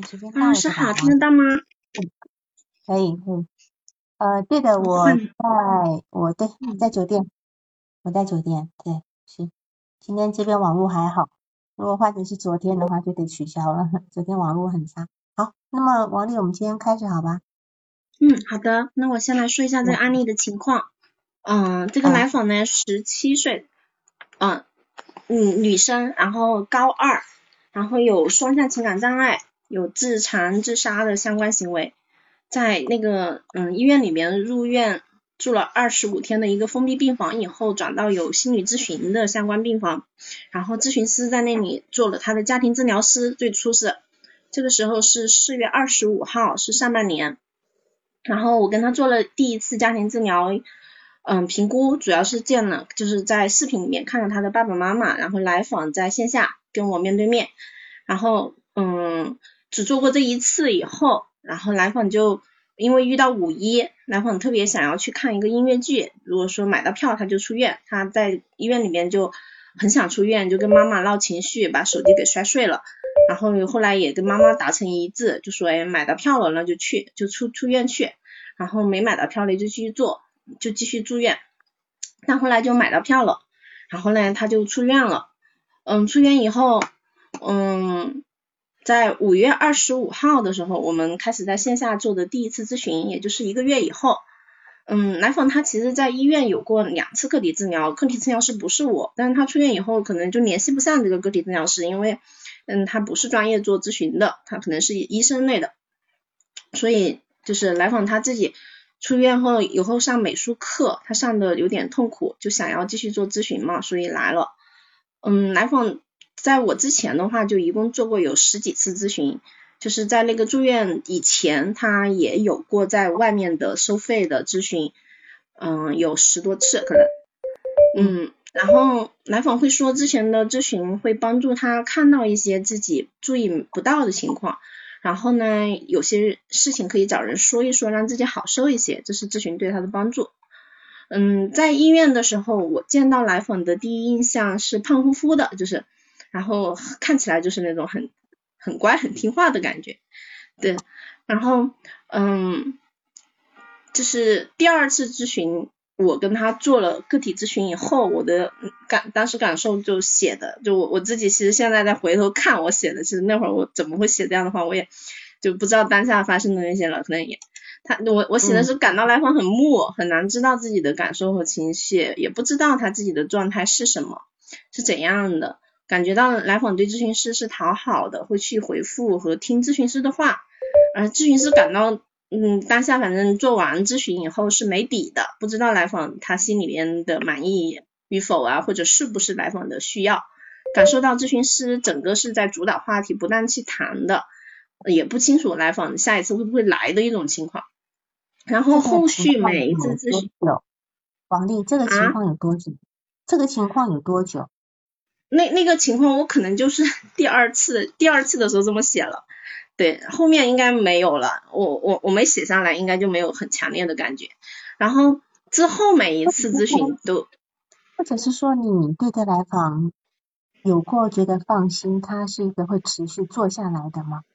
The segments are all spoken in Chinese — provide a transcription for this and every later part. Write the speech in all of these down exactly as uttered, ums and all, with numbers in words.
时间到嗯， 了是好， 对吧？ 听得到吗？ 可以可以。呃，对的，我在我对在酒店，我在酒店，对，是。今天这边网络还好，如果换成是昨天的话就得取消了，昨天网络很差。好，那么王丽，我们今天开始好吧？ 嗯，好的，那我先来说一下这个案例的情况。嗯，这个来访呢，十七岁，嗯嗯，女生，然后高二，然后有双向情感障碍，有自残自杀的相关行为，在那个嗯医院里面入院住了二十五天的一个封闭病房以后，转到有心理咨询的相关病房，然后咨询师在那里做了他的家庭治疗师，最初是这个时候是四月二十五号，是上半年。然后我跟他做了第一次家庭治疗，嗯，评估主要是见了，就是在视频里面看了他的爸爸妈妈，然后来访在线下跟我面对面，然后嗯，只做过这一次以后，然后来访就因为遇到五一，来访特别想要去看一个音乐剧，如果说买到票他就出院，他在医院里面就很想出院，就跟妈妈闹情绪，把手机给摔碎了。然后后来也跟妈妈达成一致，就说哎买到票了那就去，就出出院去，然后没买到票的就继续做，就继续住院。但后来就买到票了，然后呢他就出院了。嗯，出院以后，嗯，在五月二十五号的时候，我们开始在线下做的第一次咨询，也就是一个月以后。嗯，来访他其实在医院有过两次个体治疗，个体治疗师不是我，但是他出院以后可能就联系不上这个个体治疗师，因为嗯他不是专业做咨询的，他可能是医生类的，所以就是来访他自己出院后以后上美术课，他上的有点痛苦，就想要继续做咨询嘛，所以来了。嗯，来访在我之前的话就一共做过有十几次咨询，就是在那个住院以前他也有过在外面的收费的咨询，嗯，有十多次可能。嗯，然后来访会说之前的咨询会帮助他看到一些自己注意不到的情况，然后呢有些事情可以找人说一说，让自己好受一些，这是咨询对他的帮助。嗯，在医院的时候我见到来访的第一印象是胖乎乎的，就是然后看起来就是那种很很乖很听话的感觉。对，然后嗯就是第二次咨询我跟他做了个体咨询以后，我的感当时感受就写的，就我我自己其实现在再回头看我写的，其实那会儿我怎么会写这样的话，我也就不知道当下发生的那些了，可能也他我我写的是感到来访很木，很难知道自己的感受和情绪，也不知道他自己的状态是什么，是怎样的，感觉到来访对咨询师是讨好的，会去回复和听咨询师的话，而咨询师感到嗯，当下反正做完咨询以后是没底的，不知道来访他心里面的满意与否啊，或者是不是来访的需要，感受到咨询师整个是在主导话题不断去谈的，也不清楚来访下一次会不会来的一种情况。然后后续每一次咨询， 王丽，这个情况有多久？啊、这个情况有多久？ 那那个情况我可能就是第二次第二次的时候这么写了，对，后面应该没有了，我我我没写上来，应该就没有很强烈的感觉。然后之后每一次咨询都， 或者是说你对这来访有过觉得放心，他是一个会持续做下来的吗？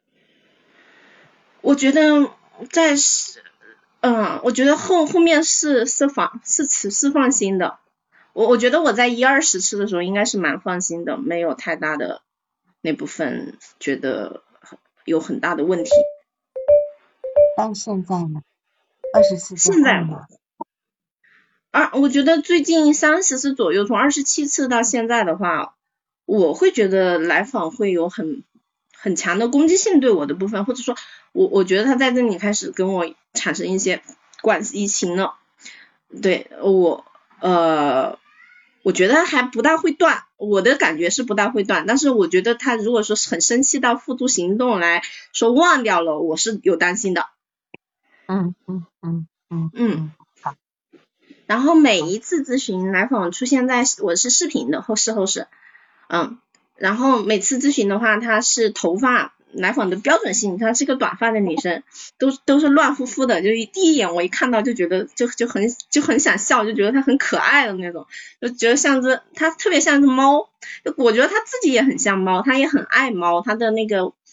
我觉得在嗯，我觉得后后面是是放是持是放心的。我我觉得我在一二十次的时候应该是蛮放心的，没有太大的那部分觉得有很大的问题。 但现在呢？二十次之后呢？ 啊，我觉得最近三十次左右，从二十七次到现在的话，我会觉得来访会有很很强的攻击性对我的部分，或者说我我觉得他在这里开始跟我产生一些关系移情了。对我呃我觉得还不大会断，我的感觉是不大会断，但是我觉得他如果说很生气到付诸行动来说忘掉了，我是有担心的。 嗯嗯嗯嗯嗯好。然后每一次咨询来访出现在我是视频的后事后是嗯，然后每次咨询的话，她是头发来访的标准性，她是个短发的女生，都都是乱乎乎的，就第一眼我一看到就觉得就就很就很想笑，就觉得她很可爱的那种，就觉得像只她特别像只猫，我觉得她自己也很像猫，她也很爱猫，她的那个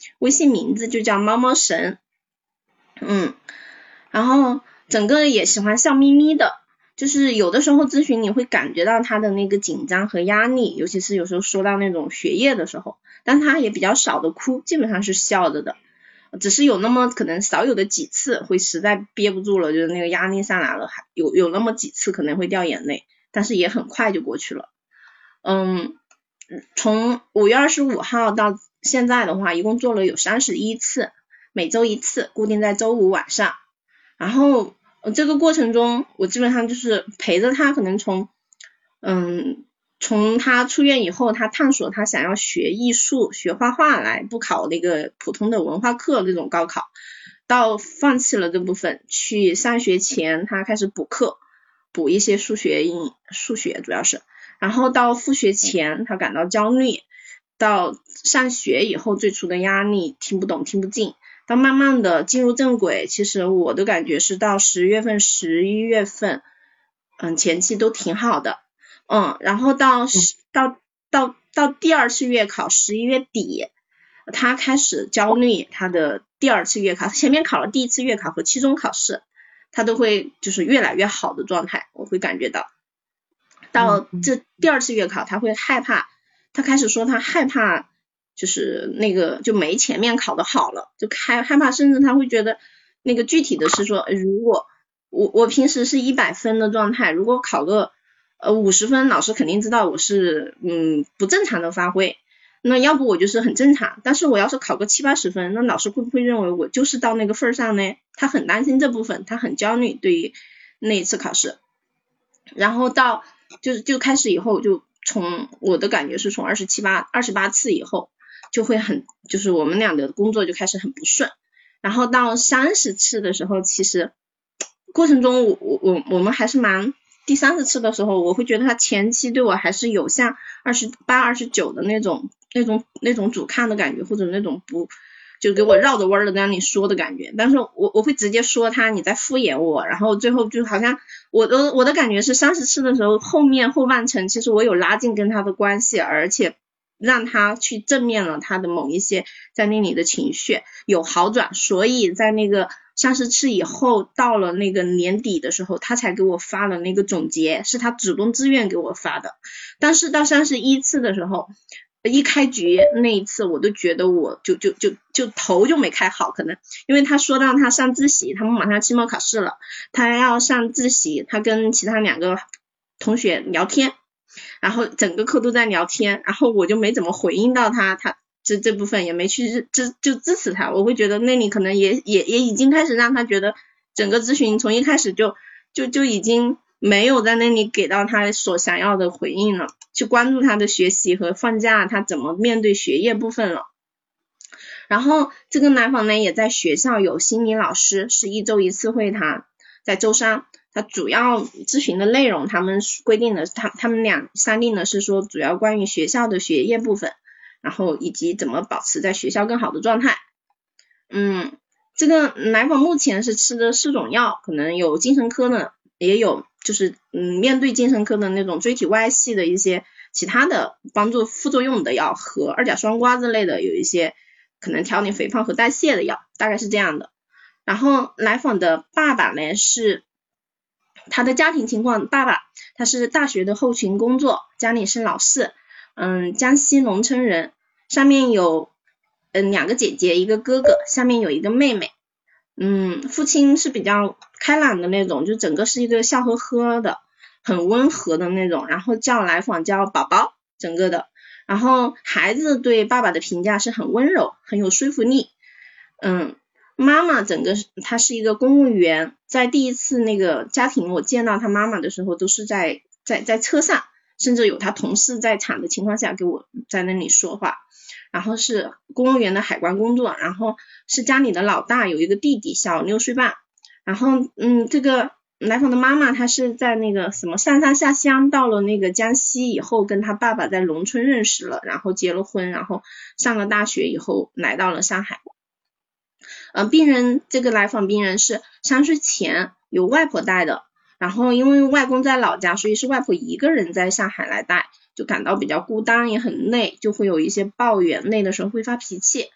微信名字就叫猫猫神，嗯，然后整个也喜欢笑眯眯的，就是有的时候咨询你会感觉到他的那个紧张和压力，尤其是有时候说到那种学业的时候，但他也比较少的哭，基本上是笑着的，只是有那么可能少有的几次会实在憋不住了，就是那个压力上来了，有有那么几次可能会掉眼泪，但是也很快就过去了。嗯，从五月二十五号到现在的话，一共做了有三十一次，每周一次，固定在周五晚上。然后这个过程中，我基本上就是陪着他，可能从嗯从他出院以后，他探索他想要学艺术、学画画来不考那个普通的文化课那种高考，到放弃了这部分，去上学前他开始补课，补一些数学、英数学主要是。然后到复学前他感到焦虑，到上学以后最初的压力，听不懂听不进，到慢慢的进入正轨，其实我的感觉是到十月份十一月份嗯前期都挺好的，嗯，然后到到到到第二次月考十一月底他开始焦虑他的第二次月考，前面考了第一次月考和期中考试，他都会就是越来越好的状态，我会感觉到到这第二次月考他会害怕，他开始说他害怕就是那个就没前面考的好了，就害害怕，甚至他会觉得那个具体的是说，如果我我平时是一百分的状态，如果考个呃五十分，老师肯定知道我是嗯不正常的发挥，那要不我就是很正常，但是我要是考个七八十分，那老师会不会认为我就是到那个份上呢？他很担心这部分，他很焦虑对于那一次考试。然后到就就开始以后，就从我的感觉是从二十七八二十八次以后就会很就是我们俩的工作就开始很不顺，然后到三十次的时候，其实过程中我我我我们还是蛮第三十次的时候，我会觉得他前期对我还是有像二十八二十九的那种那种那种阻抗的感觉，或者那种不就给我绕着弯的跟你说的感觉，但是我我会直接说他你在敷衍我，然后最后就好像我的我的感觉是三十次的时候，后面后半程其实我有拉近跟他的关系，而且让他去正面了他的某一些在那里的情绪有好转，所以在那个三十次以后到了那个年底的时候，他才给我发了那个总结，是他主动自愿给我发的。但是到三十一次的时候，一开局那一次我都觉得我就就就就头就没开好，可能因为他说到他上自习，他们马上期末考试了，他要上自习，他跟其他两个同学聊天，然后整个课都在聊天，然后我就没怎么回应到他，他这这部分也没去支就支持他，我会觉得那里可能也也也已经开始让他觉得整个咨询从一开始就就就已经没有在那里给到他所想要的回应了，去关注他的学习和放假他怎么面对学业部分了。然后这个来访呢也在学校有心理老师，是一周一次会谈，在周三，他主要咨询的内容他们规定的他他们俩商定的是说主要关于学校的学业部分，然后以及怎么保持在学校更好的状态。嗯，这个来访目前是吃的四种药，可能有精神科的，也有就是嗯面对精神科的那种椎体外系的一些其他的帮助副作用的药，和二甲双胍之类的有一些可能调理肥胖和代谢的药，大概是这样的。然后来访的爸爸呢是他的家庭情况，爸爸他是大学的后勤工作，家里是老四，嗯，江西农村人，上面有嗯两个姐姐一个哥哥，下面有一个妹妹。嗯，父亲是比较开朗的那种，就整个是一个笑呵呵的很温和的那种，然后叫来访叫宝宝整个的，然后孩子对爸爸的评价是很温柔很有说服力。嗯，妈妈整个她是一个公务员，在第一次那个家庭我见到她妈妈的时候都是在在在车上，甚至有她同事在场的情况下给我在那里说话，然后是公务员的海关工作，然后是家里的老大，有一个弟弟小六岁半，然后嗯这个来访的妈妈她是在那个什么上山下乡，到了那个江西以后跟她爸爸在农村认识了，然后结了婚，然后上了大学以后来到了上海。呃，病人这个来访病人是三岁前由外婆带的，然后因为外公在老家，所以是外婆一个人在上海来带，就感到比较孤单也很累，就会有一些抱怨，累的时候会发脾气。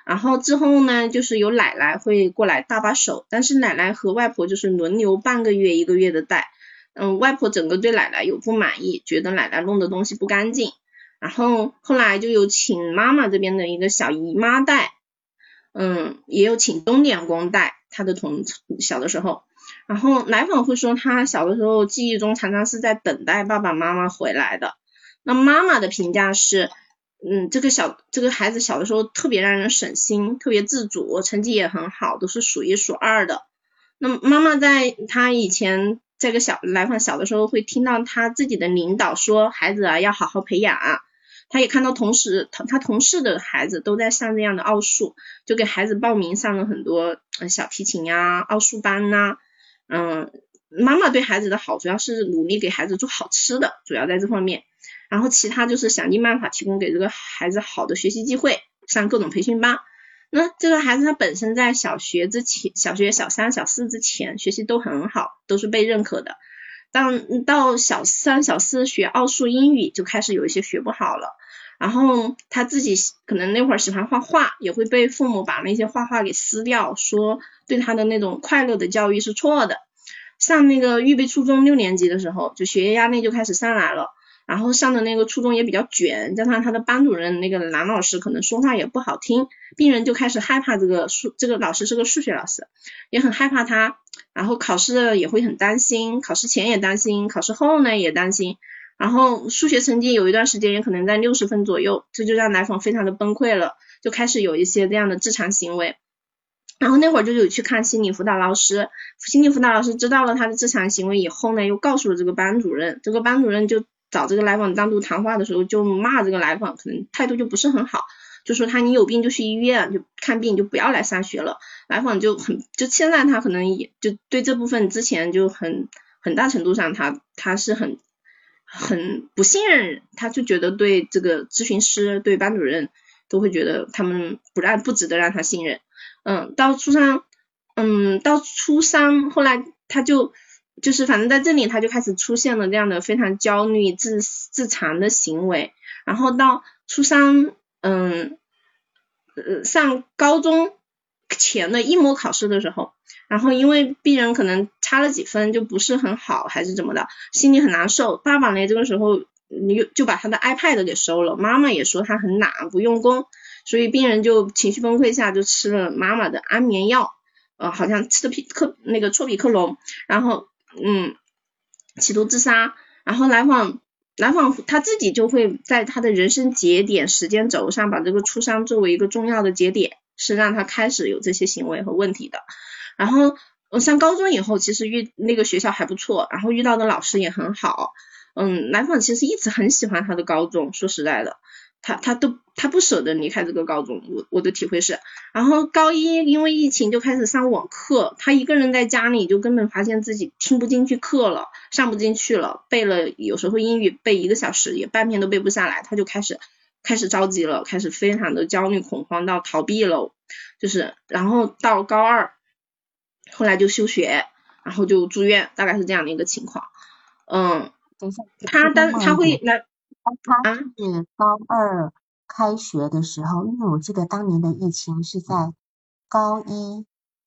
然后之后呢，就是有奶奶会过来搭把手，但是奶奶和外婆就是轮流半个月一个月的带。嗯，外婆整个对奶奶有不满意，觉得奶奶弄的东西不干净，然后后来就有请妈妈这边的一个小姨妈带，嗯，也有请钟点工带她的同小的时候。然后来访会说她小的时候记忆中常常是在等待爸爸妈妈回来的。那妈妈的评价是，嗯，这个小这个孩子小的时候特别让人省心，特别自主，成绩也很好，都是数一数二的。那妈妈在她以前这个小来访小的时候会听到她自己的领导说孩子啊要好好培养啊，她也看到同时她同事的孩子都在上这样的奥数，就给孩子报名上了很多小提琴呀、奥数班呐、啊。嗯，妈妈对孩子的好主要是努力给孩子做好吃的，主要在这方面，然后其他就是想尽办法提供给这个孩子好的学习机会，上各种培训班。那这个孩子他本身在小学之前，小学小三小四之前学习都很好，都是被认可的。当到小三小四学奥数英语就开始有一些学不好了，然后他自己可能那会儿喜欢画画，也会被父母把那些画画给撕掉，说对他的那种快乐的教育是错的。上那个预备初中六年级的时候，就学业压力就开始上来了，然后上的那个初中也比较卷，加上他的班主任那个男老师可能说话也不好听，病人就开始害怕这个数这个老师是个数学老师，也很害怕他，然后考试也会很担心，考试前也担心，考试后呢也担心，然后数学成绩有一段时间也可能在六十分左右，这就让来访非常的崩溃了，就开始有一些这样的自残行为。然后那会儿就有去看心理辅导老师，心理辅导老师知道了他的自残行为以后呢，又告诉了这个班主任，这个班主任就找这个来访单独谈话的时候就骂这个来访，可能态度就不是很好，就说他你有病就去医院就看病，就不要来上学了。来访就很就现在他可能也就对这部分之前就很很大程度上他他是很很不信任，他就觉得对这个咨询师对班主任都会觉得他们不让不值得让他信任。嗯，到初三，嗯，到初三，后来他就就是反正在这里他就开始出现了这样的非常焦虑、自自残的行为。然后到初三，嗯，呃，上高中前的一模考试的时候，然后因为病人可能差了几分就不是很好，还是怎么的，心里很难受。爸爸呢这个时候你就把他的 iPad 给收了，妈妈也说他很懒不用功。所以病人就情绪崩溃下就吃了妈妈的安眠药，呃，好像吃的匹克那个唑比克隆，然后嗯，企图自杀。然后来访来访他自己就会在他的人生节点时间轴上把这个初三作为一个重要的节点，是让他开始有这些行为和问题的。然后我上高中以后，其实遇那个学校还不错，然后遇到的老师也很好。嗯，来访其实一直很喜欢他的高中，说实在的。他他都他不舍得离开这个高中，我我的体会是。然后高一因为疫情就开始上网课，他一个人在家里就根本发现自己听不进去课了，上不进去了，背了有时候英语背一个小时也半篇都背不下来，他就开始开始着急了，开始非常的焦虑恐慌到逃避了，就是然后到高二后来就休学，然后就住院，大概是这样的一个情况。嗯， 等一下， 他但他会来。 他是高二开学的时候，因为我记得当年的疫情是在高一，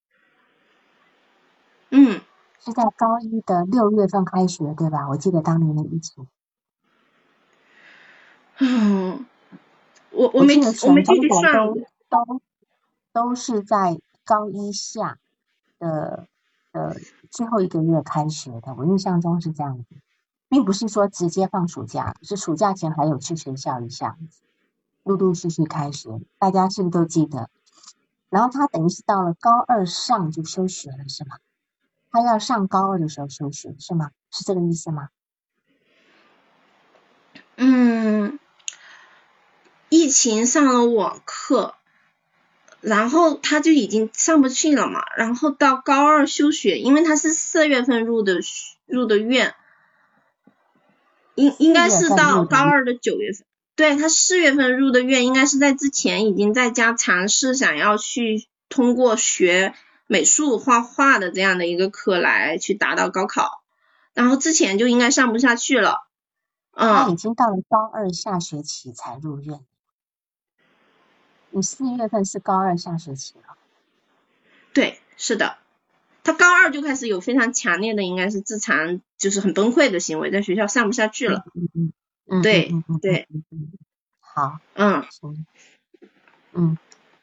嗯， 是在高一的六月份开学，对吧？我记得当年的疫情。 嗯，我我没我没具体算过， 都都是在高一下的的最后一个月开学的，我印象中是这样子。并不是说直接放暑假，是暑假前还有去学校一下，陆陆续续开学，大家是不是都记得？然后他等于是到了高二上就休学了，是吗？他要上高二的时候休学，是吗？是这个意思吗？ 嗯，疫情上了网课，然后他就已经上不去了嘛，然后到高二休学，因为他是四月份入的入的院。应应该是到高二的九月份，对，他四月份入的院，应该是在之前已经在家尝试想要去通过学美术画画的这样的一个课来去达到高考，然后之前就应该上不下去了。嗯， 他已经到了高二下学期才入院。 你四月份是高二下学期了？ 对，是的，他高二就开始有非常强烈的应该是自残，就是很崩溃的行为，在学校上不下去了。 嗯嗯嗯对嗯嗯对， 嗯嗯，好， 嗯， 行，嗯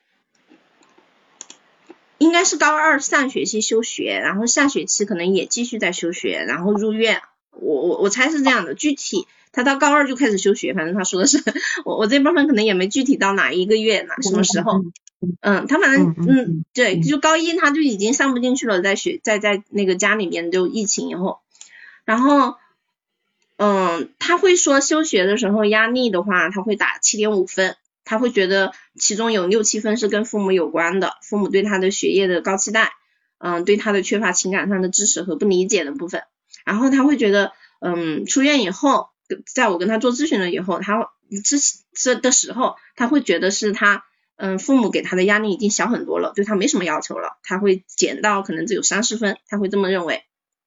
应该是高二上学期休学，然后下学期可能也继续在休学，然后入院。我我我猜是这样的，具体他到高二就开始休学，反正他说的是，我我这部分可能也没具体到哪一个月哪什么时候。嗯，他反正嗯对，就高一他就已经上不进去了，在学在在那个家里面就疫情以后，然后嗯他会说休学的时候压力的话，他会打七点五分。他会觉得其中有六七分是跟父母有关的，父母对他的学业的高期待，嗯，对他的缺乏情感上的支持和不理解的部分。然后他会觉得，嗯，出院以后，在我跟他做咨询了以后，他之这的时候，他会觉得是他，嗯，父母给他的压力已经小很多了，对他没什么要求了，他会减到可能只有三十分，他会这么认为。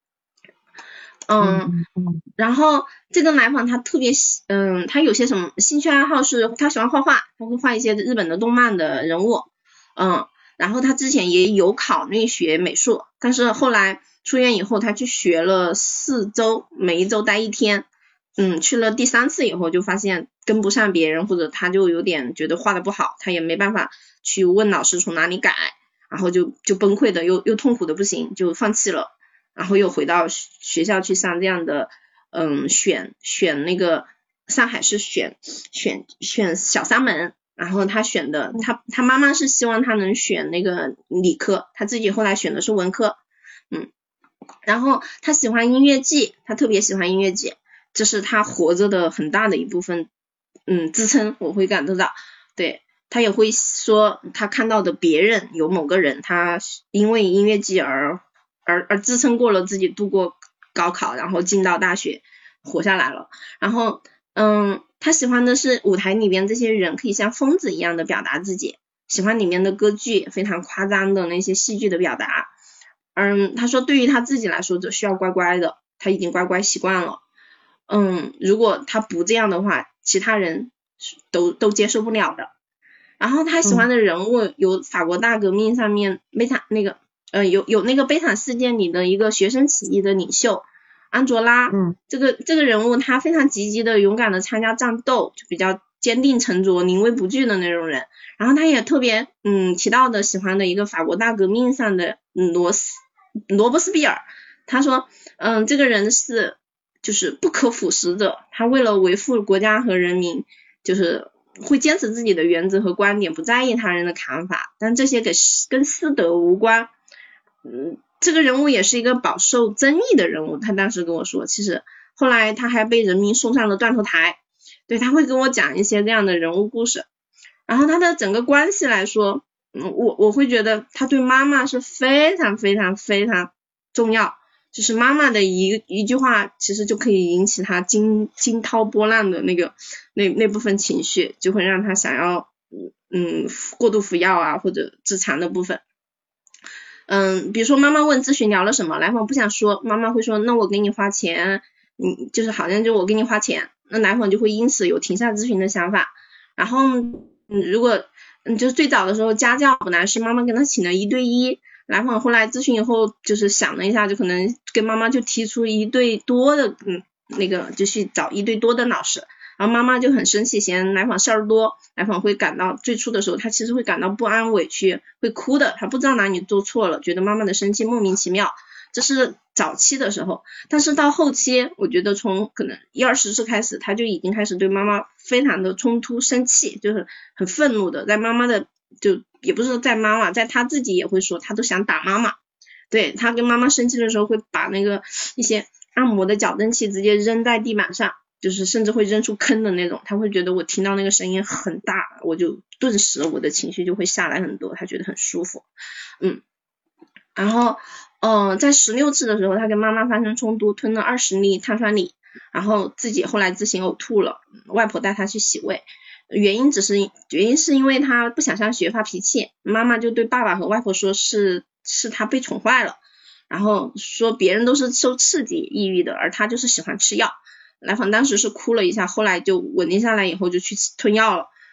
嗯，然后这个来访他特别喜，嗯，他有些什么兴趣爱好是，他喜欢画画，他会画一些日本的动漫的人物，嗯，然后他之前也有考虑学美术，但是后来出院以后，他去学了四周，每一周待一天，嗯，去了第三次以后就发现跟不上别人，或者他就有点觉得画的不好，他也没办法去问老师从哪里改，然后就就崩溃的又又痛苦的不行，就放弃了。然后又回到学校去上这样的，嗯，选选那个上海市选选选小三门，然后他选的他他妈妈是希望他能选那个理科，他自己后来选的是文科，嗯，然后他喜欢音乐剧，他特别喜欢音乐剧，这是他活着的很大的一部分，嗯，支撑，我会感受到，对。他也会说他看到的别人有某个人他因为音乐剧而而而支撑过了自己度过高考，然后进到大学活下来了。然后嗯，他喜欢的是舞台里边这些人可以像疯子一样的表达自己，喜欢里面的歌剧，非常夸张的那些戏剧的表达。嗯，他说对于他自己来说只需要乖乖的，他已经乖乖习惯了。嗯，如果他不这样的话，其他人都都接受不了的。然后他喜欢的人物有法国大革命上面贝塔那个呃有有那个贝塔事件里的一个学生起义的领袖安卓拉，嗯，这个这个人物他非常积极的勇敢的参加战斗，就比较坚定沉着临危不惧的那种人。然后他也特别嗯提到的喜欢的一个法国大革命上的罗斯罗伯斯庇尔，他说嗯这个人是就是不可腐蚀的，他为了维护国家和人民就是会坚持自己的原则和观点，不在意他人的看法，但这些给跟师德无关。嗯，这个人物也是一个饱受争议的人物，他当时跟我说，其实后来他还被人民送上了断头台。对，他会跟我讲一些这样的人物故事。然后他的整个关系来说，嗯，我我会觉得他对妈妈是非常非常非常重要。就是妈妈的一一句话其实就可以引起他惊惊涛波浪的那个那那部分情绪，就会让他想要嗯过度服药啊或者自残的部分。嗯，比如说妈妈问咨询聊了什么，来访不想说，妈妈会说那我给你花钱，嗯，就是好像就我给你花钱，那来访就会因此有停下咨询的想法。然后嗯如果嗯就是最早的时候家教本来是妈妈跟他请了一对一，来访后来咨询以后就是想了一下，就可能跟妈妈就提出一对多的嗯那个就去找一对多的老师。然后妈妈就很生气，嫌来访事儿多，来访会感到最初的时候他其实会感到不安委屈，会哭的，他不知道哪里做错了，觉得妈妈的生气莫名其妙，这是早期的时候。但是到后期我觉得从可能一二十次开始，他就已经开始对妈妈非常的冲突生气，就是很愤怒的，在妈妈的就也不是在妈妈，在他自己也会说他都想打妈妈。对，他跟妈妈生气的时候会把那个一些按摩的矫正器直接扔在地板上，就是甚至会扔出坑的那种，他会觉得我听到那个声音很大，我就顿时我的情绪就会下来很多，他觉得很舒服。嗯，然后呃在十六次的时候他跟妈妈发生冲突，吞了二十粒碳酸锂，然后自己后来自行呕吐了，外婆带他去洗胃，原因只是原因是因为他不想上学发脾气，妈妈就对爸爸和外婆说是是他被宠坏了，然后说别人都是受刺激抑郁的，而他就是喜欢吃药。来访当时是哭了一下，后来就稳定下来以后就去吞药了。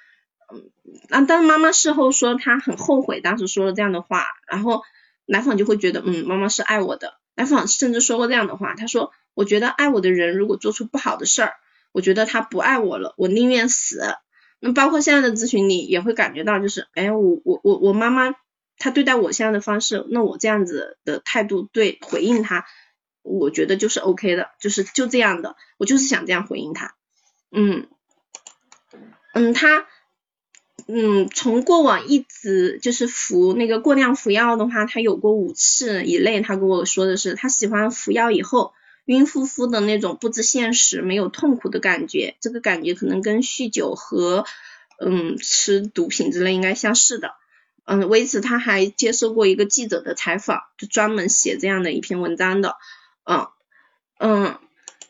嗯，啊，但是妈妈事后说她很后悔当时说了这样的话，然后来访就会觉得嗯妈妈是爱我的。来访甚至说过这样的话，他说我觉得爱我的人如果做出不好的事儿，我觉得他不爱我了，我宁愿死。那包括现在的咨询里也会感觉到，就是哎我我我我妈妈她对待我现在的方式，那我这样子的态度对回应她，我觉得就是 OK 的，就是就这样的，我就是想这样回应她。嗯嗯，他嗯从过往一直就是服那个过量服药的话，他有过五次以内，他跟我说的是他喜欢服药以后晕乎乎的那种不知现实没有痛苦的感觉，这个感觉可能跟酗酒和嗯吃毒品之类应该相似的。嗯，为此他还接受过一个记者的采访，就专门写这样的一篇文章的。嗯嗯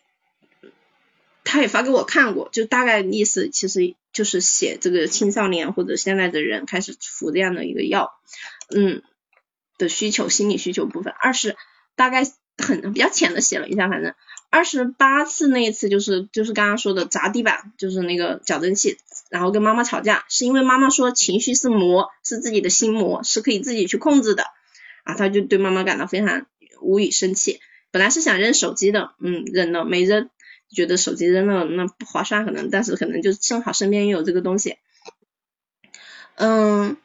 他也发给我看过，就大概意思其实就是写这个青少年或者现在的人开始服这样的一个药嗯的需求，心理需求部分。二是大概很比较浅的写了一下，反正二十八次那一次就是就是刚刚说的砸地板，就是那个矫正器，然后跟妈妈吵架，是因为妈妈说情绪是魔，是自己的心魔，是可以自己去控制的啊，他就对妈妈感到非常无语生气。本来是想扔手机的，嗯，扔了没扔，觉得手机扔了那不划算可能，但是可能就正好身边也有这个东西。嗯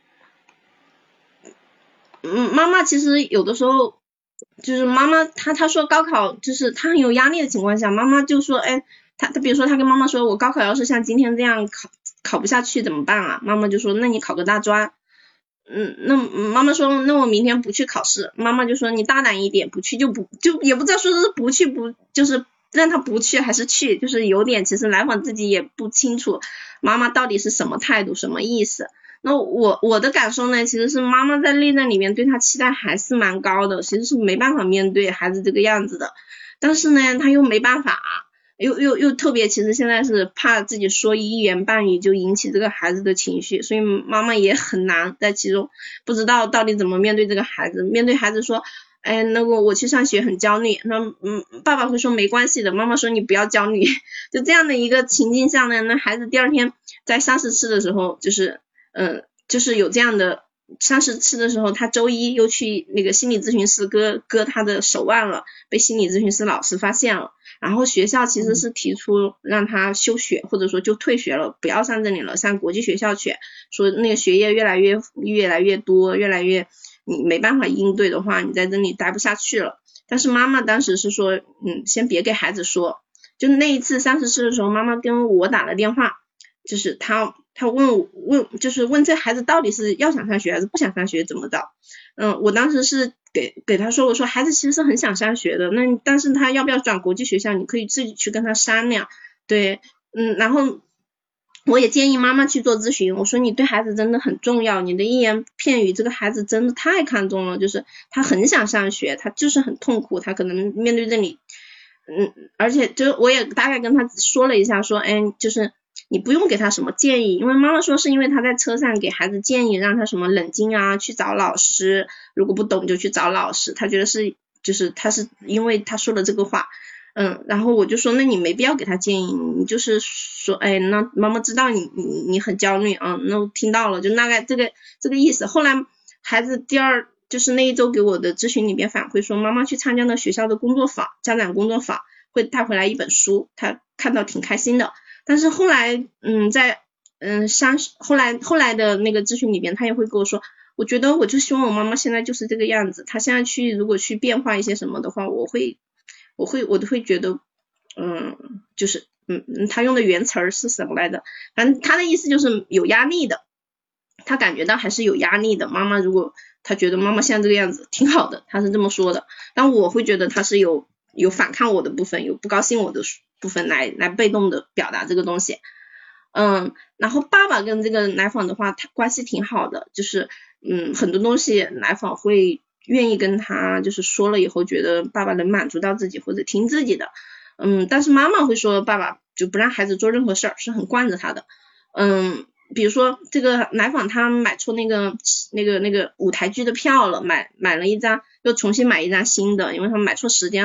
嗯，妈妈其实有的时候就是妈妈她她说高考就是她很有压力的情况下，妈妈就说哎，她她比如说她跟妈妈说我高考要是像今天这样考考不下去怎么办啊？妈妈就说那你考个大专。嗯，那妈妈说那我明天不去考试，妈妈就说你大胆一点，不去就不就也不知道说是不去不就是让他不去还是去，就是有点其实来访自己也不清楚妈妈到底是什么态度什么意思。那我我的感受呢，其实是妈妈在内在里面对他期待还是蛮高的，其实是没办法面对孩子这个样子的，但是呢他又没办法，又又又特别其实现在是怕自己说一言半语就引起这个孩子的情绪，所以妈妈也很难在其中，不知道到底怎么面对这个孩子。面对孩子说哎，那个我去上学很焦虑，那嗯，爸爸会说没关系的，妈妈说你不要焦虑，就这样的一个情境下呢，那孩子第二天在三十次的时候，就是嗯，就是有这样的三十次的时候，他周一又去那个心理咨询师割割他的手腕了，被心理咨询师老师发现了，然后学校其实是提出让他休学，或者说就退学了，不要上这里了，上国际学校去，说那个学业越来越越来越多，越来越你没办法应对的话，你在这里待不下去了。但是妈妈当时是说嗯，先别给孩子说。就那一次三十次的时候，妈妈跟我打了电话，就是她她问问就是问这孩子到底是要想上学还是不想上学怎么着。嗯，我当时是给给他说，我说孩子其实是很想上学的，那但是他要不要转国际学校你可以自己去跟他商量。对嗯，然后我也建议妈妈去做咨询，我说你对孩子真的很重要，你的一言片语这个孩子真的太看重了，就是他很想上学，他就是很痛苦，他可能面对这里嗯，而且就我也大概跟他说了一下，说哎，就是你不用给他什么建议，因为妈妈说是因为他在车上给孩子建议让他什么冷静啊，去找老师，如果不懂就去找老师，他觉得是就是他是因为他说了这个话。嗯，然后我就说那你没必要给他建议，你就是说哎，那妈妈知道你你你很焦虑啊，那我听到了，就大概这个这个意思。后来孩子第二就是那一周给我的咨询里边反馈说，妈妈去参加了学校的工作坊，家长工作坊，会带回来一本书，他看到挺开心的。但是后来嗯在嗯三后来后来的那个咨询里边，他也会跟我说，我觉得我就希望我妈妈现在就是这个样子，她现在去如果去变化一些什么的话，我会我会我都会觉得嗯就是嗯他用的原词儿是什么来的，反正他的意思就是有压力的，他感觉到还是有压力的。妈妈如果他觉得妈妈现在这个样子挺好的，他是这么说的，但我会觉得他是有有反抗我的部分，有不高兴我的部分来来被动的表达这个东西。嗯，然后爸爸跟这个来访的话他关系挺好的，就是嗯很多东西来访会愿意跟他就是说了以后觉得爸爸能满足到自己或者听自己的。嗯，但是妈妈会说爸爸就不让孩子做任何事儿，是很惯着他的。嗯，比如说这个来访他买错那个那个那个舞台剧的票了，买买了一张又重新买一张新的，因为他买错时间了，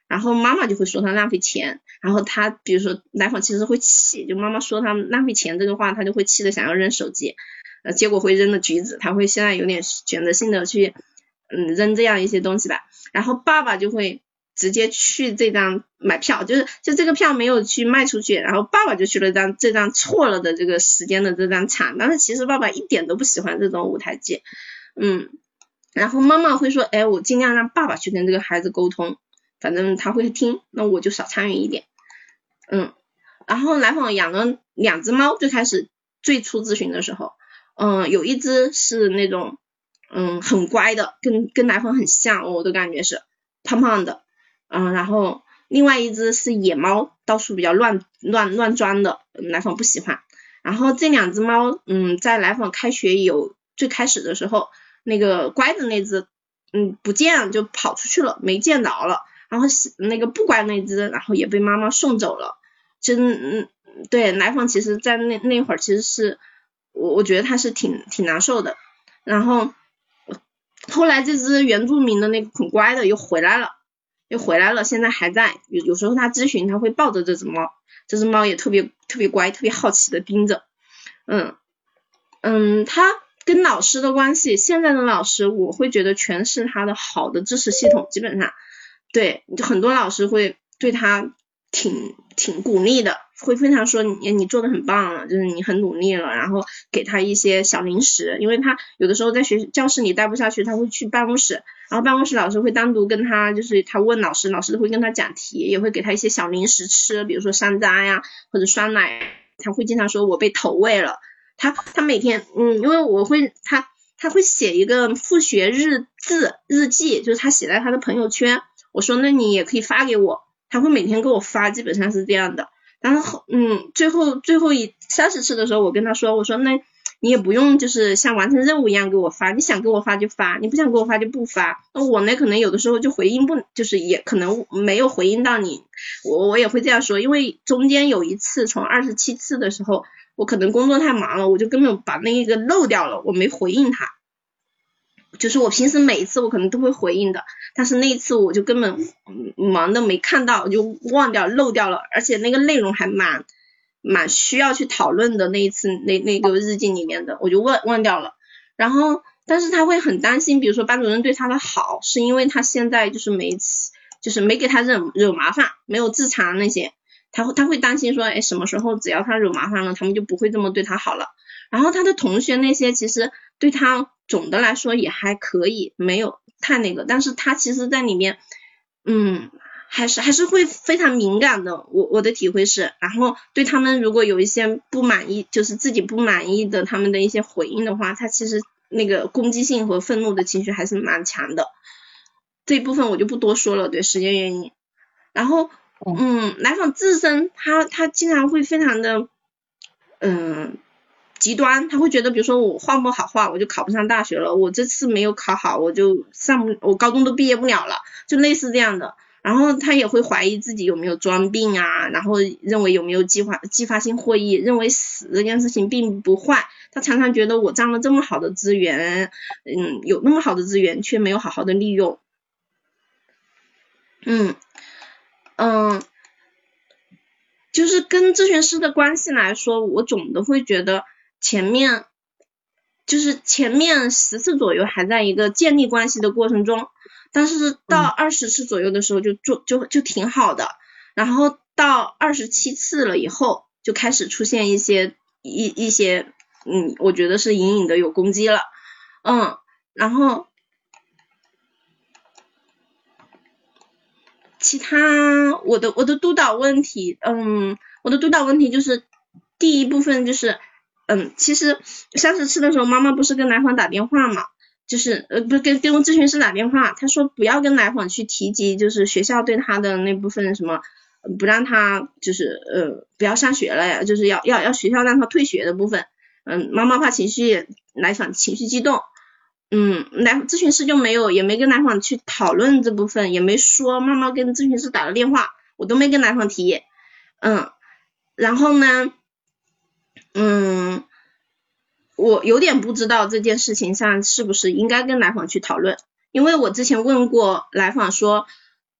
然后妈妈就会说他浪费钱，然后他比如说来访其实会气，就妈妈说他浪费钱这个话，他就会气的想要扔手机，呃，结果会扔的橘子，他会现在有点选择性的去嗯扔这样一些东西吧。然后爸爸就会直接去这张买票，就是就这个票没有去卖出去，然后爸爸就去了这张这张错了的这个时间的这张场，但是其实爸爸一点都不喜欢这种舞台剧，嗯，然后妈妈会说，哎，我尽量让爸爸去跟这个孩子沟通，反正他会听，那我就少参与一点，嗯，然后来访养了两只猫，最开始最初咨询的时候，嗯，有一只是那种嗯很乖的，跟跟来访很像，我的感觉是胖胖的，嗯，然后另外一只是野猫，到处比较乱乱乱钻的，来访不喜欢。然后这两只猫，嗯，在来访开学有最开始的时候，那个乖的那只，嗯，不见了，就跑出去了，没见着了。然后那个不乖那只，然后也被妈妈送走了。真，嗯，对，来访其实在那那会儿其实是，我我觉得他是挺挺难受的。然后后来这只原住民的那个很乖的又回来了。又回来了，现在还在，有有时候他咨询他会抱着这只猫，这只猫也特别特别乖，特别好奇的盯着，嗯嗯，他跟老师的关系，现在的老师我会觉得全是他的好的支持系统，基本上对，就很多老师会对他挺挺鼓励的，会非常说你你做的很棒了，就是你很努力了，然后给他一些小零食，因为他有的时候在学教室里待不下去，他会去办公室，然后办公室老师会单独跟他，就是他问老师，老师会跟他讲题，也会给他一些小零食吃，比如说山楂呀或者酸奶，他会经常说我被投喂了，他他每天嗯，因为我会他他会写一个复学日志日记，就是他写在他的朋友圈，我说那你也可以发给我，他会每天给我发，基本上是这样的。然后嗯，最后最后一三十次的时候，我跟他说，我说那你也不用就是像完成任务一样给我发，你想给我发就发，你不想给我发就不发。那我呢可能有的时候就回应不，就是也可能没有回应到你，我我也会这样说，因为中间有一次从二十七次的时候，我可能工作太忙了，我就根本把那一个漏掉了，我没回应他。就是我平时每一次我可能都会回应的，但是那一次我就根本忙的没看到，就忘掉漏掉了，而且那个内容还蛮蛮需要去讨论的，那一次那那个日记里面的我就忘忘掉了。然后但是他会很担心，比如说班主任对他的好是因为他现在就是没就是没给他惹惹麻烦，没有自残那些，他他会担心说，哎，什么时候只要他惹麻烦了，他们就不会这么对他好了。然后他的同学那些其实对他总的来说也还可以，没有太那个，但是他其实在里面嗯还是还是会非常敏感的，我我的体会是，然后对他们如果有一些不满意，就是自己不满意的他们的一些回应的话，他其实那个攻击性和愤怒的情绪还是蛮强的，这一部分我就不多说了，对时间原因。然后嗯来访自身他他经常会非常的嗯极端，他会觉得比如说我画不好画我就考不上大学了，我这次没有考好我就上不我高中都毕业不了了，就类似这样的。然后他也会怀疑自己有没有装病啊，然后认为有没有计划继发性获益，认为死这件事情并不坏，他常常觉得我占了这么好的资源，嗯，有那么好的资源却没有好好的利用。嗯嗯，就是跟咨询师的关系来说，我总的会觉得前面就是前面十次左右还在一个建立关系的过程中，但是到二十次左右的时候就就就就挺好的，然后到二十七次了以后就开始出现一些一一些嗯，我觉得是隐隐的有攻击了，嗯，然后其他我的我的督导问题，嗯，我的督导问题就是第一部分就是嗯，其实三十次的时候妈妈不是跟来访打电话嘛，就是呃不是跟跟咨询师打电话，他说不要跟来访去提及就是学校对他的那部分什么不让他就是呃不要上学了呀，就是要要要学校让他退学的部分，嗯，妈妈怕情绪来访情绪激动，嗯，来咨询师就没有也没跟来访去讨论这部分，也没说妈妈跟咨询师打了电话，我都没跟来访提，嗯，然后呢嗯，我有点不知道这件事情上是不是应该跟来访去讨论，因为我之前问过来访说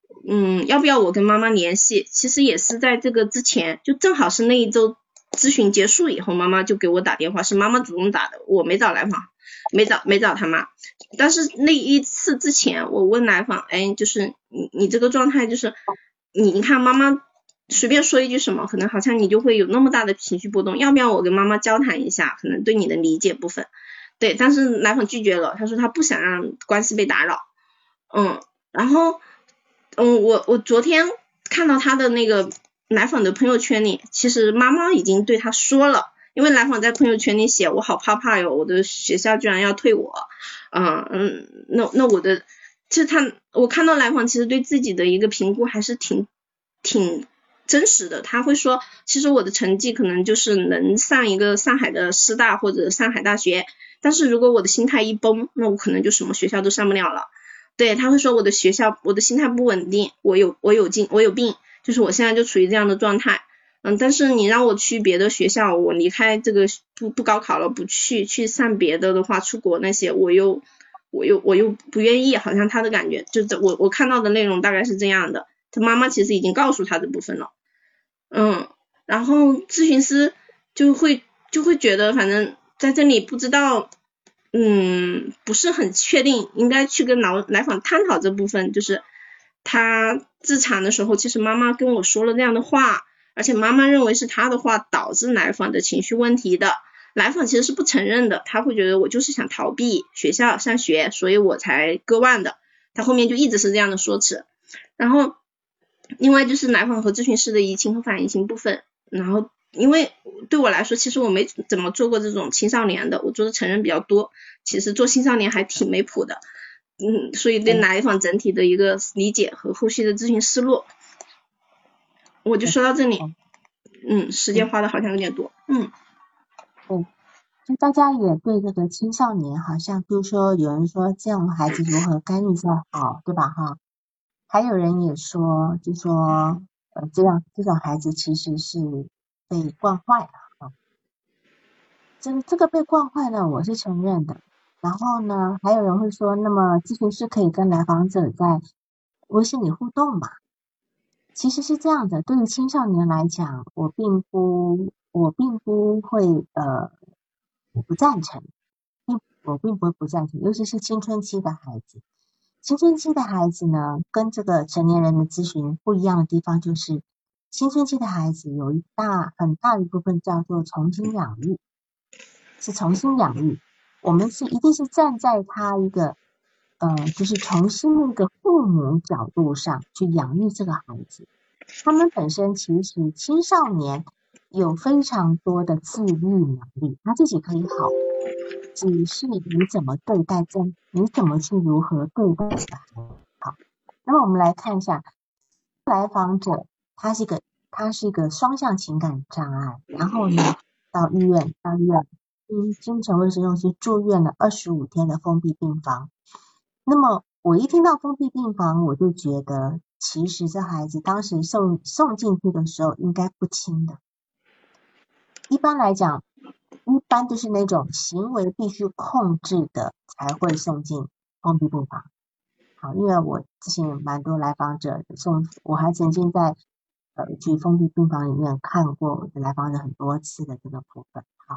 嗯，要不要我跟妈妈联系？其实也是在这个之前，就正好是那一周咨询结束以后，妈妈就给我打电话，是妈妈主动打的，我没找来访，没找没找他妈。但是那一次之前，我问来访，哎，就是你你这个状态，就是你你看妈妈随便说一句什么，可能好像你就会有那么大的情绪波动，要不要我跟妈妈交谈一下，可能对你的理解部分。对，但是来访拒绝了，他说他不想让关系被打扰。嗯，然后嗯，我我昨天看到他的那个来访的朋友圈里，其实妈妈已经对他说了，因为来访在朋友圈里写我好怕怕哟，我的学校居然要退我，嗯嗯，那那我的，其实他我看到来访其实对自己的一个评估还是挺挺真实的，他会说，其实我的成绩可能就是能上一个上海的师大或者上海大学，但是如果我的心态一崩，那我可能就什么学校都上不了了。对，他会说我的学校，我的心态不稳定，我有我有病，我有病，就是我现在就处于这样的状态。嗯，但是你让我去别的学校，我离开这个不不高考了，不去去上别的的话，出国那些，我又我又我又不愿意，好像他的感觉，就我我看到的内容大概是这样的。他妈妈其实已经告诉他这部分了，嗯，然后咨询师就会就会觉得，反正在这里不知道。嗯，不是很确定，应该去跟来来访探讨这部分，就是他自残的时候，其实妈妈跟我说了这样的话，而且妈妈认为是他的话导致来访的情绪问题的，来访其实是不承认的，他会觉得我就是想逃避学校上学，所以我才割腕的，他后面就一直是这样的说辞。然后另外就是来访和咨询师的移情和反移情部分，然后因为对我来说，其实我没怎么做过这种青少年的，我做的成人比较多，其实做青少年还挺没谱的，嗯，所以对来访整体的一个理解和后续的咨询思路，我就说到这里，嗯，时间花的好像有点多，嗯， 对，就大家也对这个青少年，好像比如说有人说这样孩子如何干预才好，对吧？哈，还有人也说，就说呃，这样这种孩子其实是被惯坏了啊。这个这个被惯坏了，我是承认的。然后呢，还有人会说，那么咨询师可以跟来访者在微信里互动嘛？其实是这样的，对于青少年来讲，我并不，我并不会呃，我不赞成，并我并不会不赞成，尤其是青春期的孩子。青春期的孩子呢，跟这个成年人的咨询不一样的地方，就是青春期的孩子有一大很大一部分叫做重新养育，是重新养育。我们是一定是站在他一个呃，就是重新的一个父母角度上去养育这个孩子。他们本身其实青少年有非常多的自愈能力，他自己可以好，只是你怎么对待这，你怎么去如何对待这个孩子好。那么我们来看一下，来访者他是一个他是一个双向情感障碍，然后呢到医院到医院因精神卫生中心住院了二十五天的封闭病房。那么我一听到封闭病房，我就觉得其实这孩子当时送送进去的时候应该不轻的。一般来讲，一般就是那种行为必须控制的才会送进封闭病房。好，因为我之前有蛮多来访者送，我还曾经在呃去封闭病房里面看过我的来访者很多次的这个部分。好，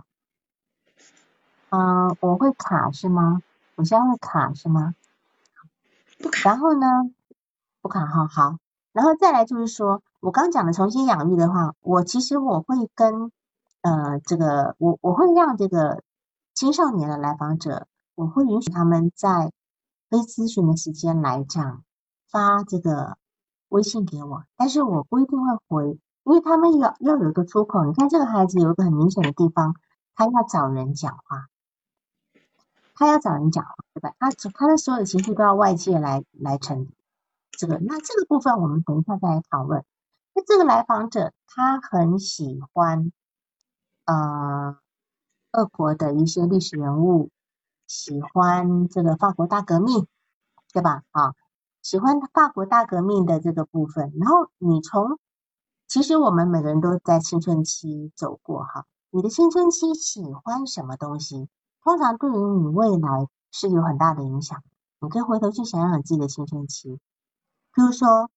嗯、呃，我会卡是吗？我现在会卡是吗？ 不卡。 然后呢，不卡哈好，然后再来就是说，我刚讲的重新养育的话，我其实我会跟呃这个我我会让这个青少年的来访者，我会允许他们在非咨询的时间来讲发这个微信给我，但是我不一定会回，因为他们要要有一个出口。你看这个孩子有一个很明显的地方，他要找人讲话。他要找人讲话，对吧？他他的所有的情绪都要外界来来承理这个。那这个部分我们等一下再来讨论。那这个来访者他很喜欢呃俄国的一些历史人物，喜欢这个法国大革命，对吧？啊，喜欢法国大革命的这个部分。然后你从其实我们每个人都在青春期走过哈，你的青春期喜欢什么东西？通常对于你未来是有很大的影响。你可以回头去想想你自己的青春期，比如说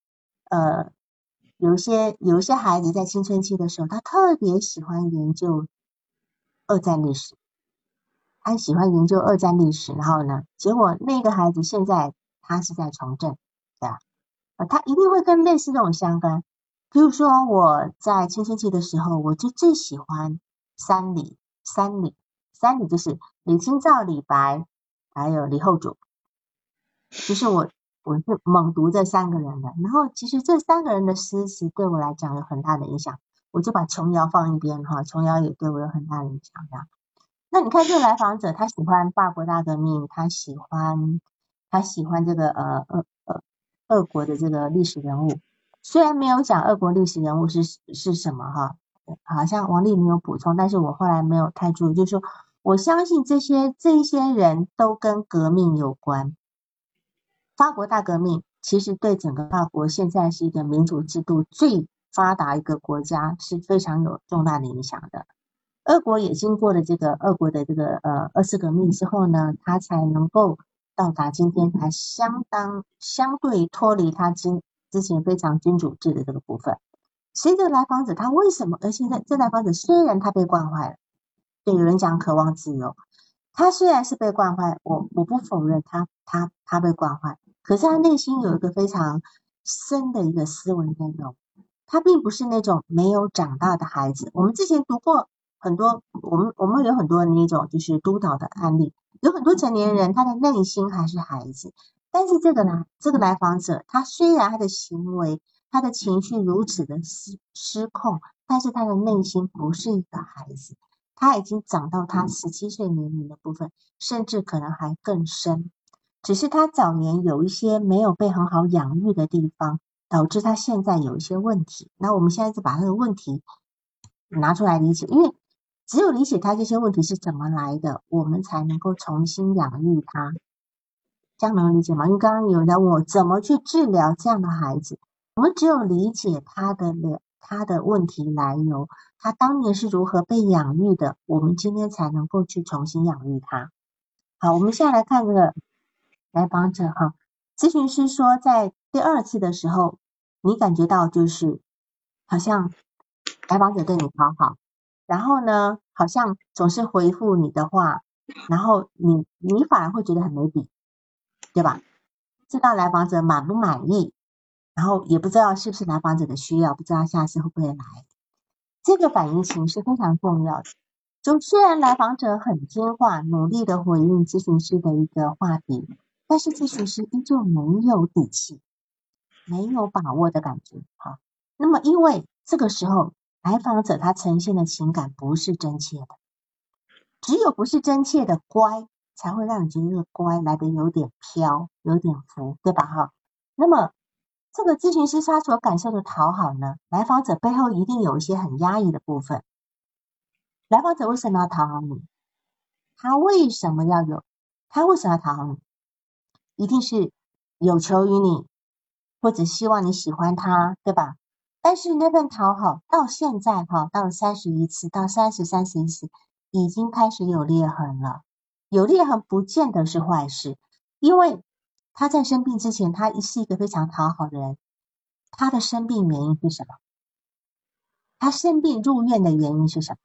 呃，有一些有一些孩子在青春期的时候，他特别喜欢研究二战历史，他喜欢研究二战历史，然后呢，结果那个孩子现在他是在从政，对吧？呃，他一定会跟类似这种相关。比如说我在青春期的时候，我就最喜欢三李，三李，三李就是李清照、李白，还有李后主，就是我我是猛读这三个人的。然后其实这三个人的诗词对我来讲有很大的影响，我就把琼瑶放一边哈，琼瑶也对我有很大的影响这样。那你看这个来访者，他喜欢法国大革命，他喜欢他喜欢这个呃俄呃俄国的这个历史人物，虽然没有讲俄国历史人物是是什么哈，好像王丽没有补充，但是我后来没有太注意，就是说我相信这些这些人都跟革命有关。法国大革命其实对整个法国现在是一个民主制度最发达一个国家是非常有重大的影响的。俄国也经过了这个俄国的这个呃二次革命之后呢，它才能够到达今天，才相当相对脱离它之之前非常君主制的这个部分。所以这个来访者他为什么？而且这来访者虽然他被惯坏了，对有人讲渴望自由，他虽然是被惯坏，我我不否认他他他被惯坏，可是他内心有一个非常深的一个思维内容，他并不是那种没有长大的孩子。我们之前读过很多，我们我们有很多那种就是督导的案例，有很多成年人他的内心还是孩子，但是这个来这个来访者，他虽然他的行为他的情绪如此的失失控，但是他的内心不是一个孩子，他已经长到他十七岁年龄的部分，甚至可能还更深，只是他早年有一些没有被很好养育的地方，导致他现在有一些问题。那我们现在就把他的问题拿出来理解，因为只有理解他这些问题是怎么来的，我们才能够重新养育他。这样能理解吗？因为刚刚有人在问我怎么去治疗这样的孩子，我们只有理解他的他的问题来由，他当年是如何被养育的，我们今天才能够去重新养育他。好，我们现在来看这个来访者哈，咨询师说在第二次的时候，你感觉到就是好像来访者对你讨好，然后呢，好像总是回复你的话，然后你你反而会觉得很没底，对吧？不知道来访者满不满意，然后也不知道是不是来访者的需要，不知道下次会不会来。这个反应情是非常重要的。就虽然来访者很听话，努力的回应咨询师的一个话题，但是咨询师依旧没有底气，没有把握的感觉。好，那么因为这个时候来访者他呈现的情感不是真切的，只有不是真切的乖，才会让你觉得这个乖来的有点飘，有点浮，对吧？哈，那么这个咨询师他所感受的讨好呢，来访者背后一定有一些很压抑的部分。来访者为什么要讨好你？他为什么要有？他为什么要讨好你？一定是有求于你，或者希望你喜欢他，对吧？但是那份讨好到现在哈，到了三十一次，到三十、三十一次，已经开始有裂痕了。有裂痕不见得是坏事，因为他在生病之前，他是一个非常讨好的人。他的生病原因是什么？他生病入院的原因是什么？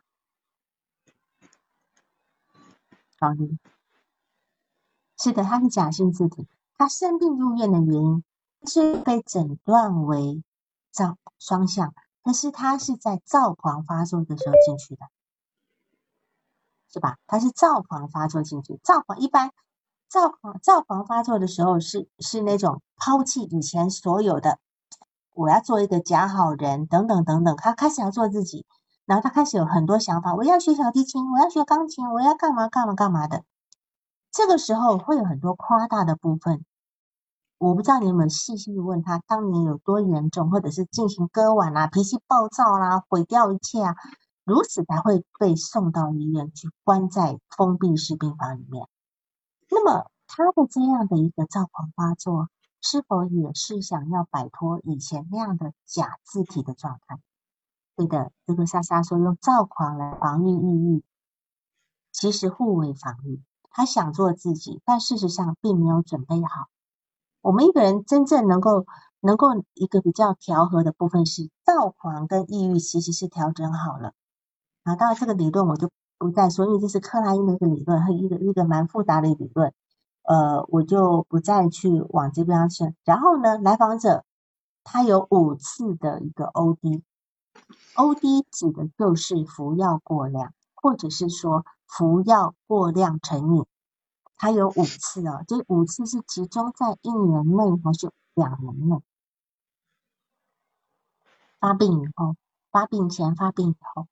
好，是的，他是假性自体。他生病入院的原因是被诊断为躁双向，但是他是在躁狂发作的时候进去的，是吧？他是躁狂发作进去，躁狂一般躁狂躁狂发作的时候是是那种抛弃以前所有的，我要做一个假好人等等等等，他开始要做自己，然后他开始有很多想法，我要学小提琴，我要学钢琴，我要干嘛干嘛干嘛的。这个时候会有很多夸大的部分，我不知道你有没有细细问他当年有多严重，或者是进行割腕啦、脾气暴躁啦、毁掉一切啊，如此才会被送到医院去关在封闭式病房里面。那么他的这样的一个躁狂发作，是否也是想要摆脱以前那样的假自体的状态？对的，这个莎莎说用躁狂来防御抑郁，其实互为防御。他想做自己，但事实上并没有准备好。我们一个人真正能够能够一个比较调和的部分是躁狂跟抑郁其实是调整好了。啊，当然这个理论我就不再说，因为这是克拉因的一个理论和一个一个蛮复杂的理论，呃，我就不再去往这边去。然后呢，来访者他有五次的一个 O D。O D 指的就是服药过量，或者是说服药过量成瘾，它有五次哦，这五次是集中在一年内还是两年内？发病以后、发病前、发病以后，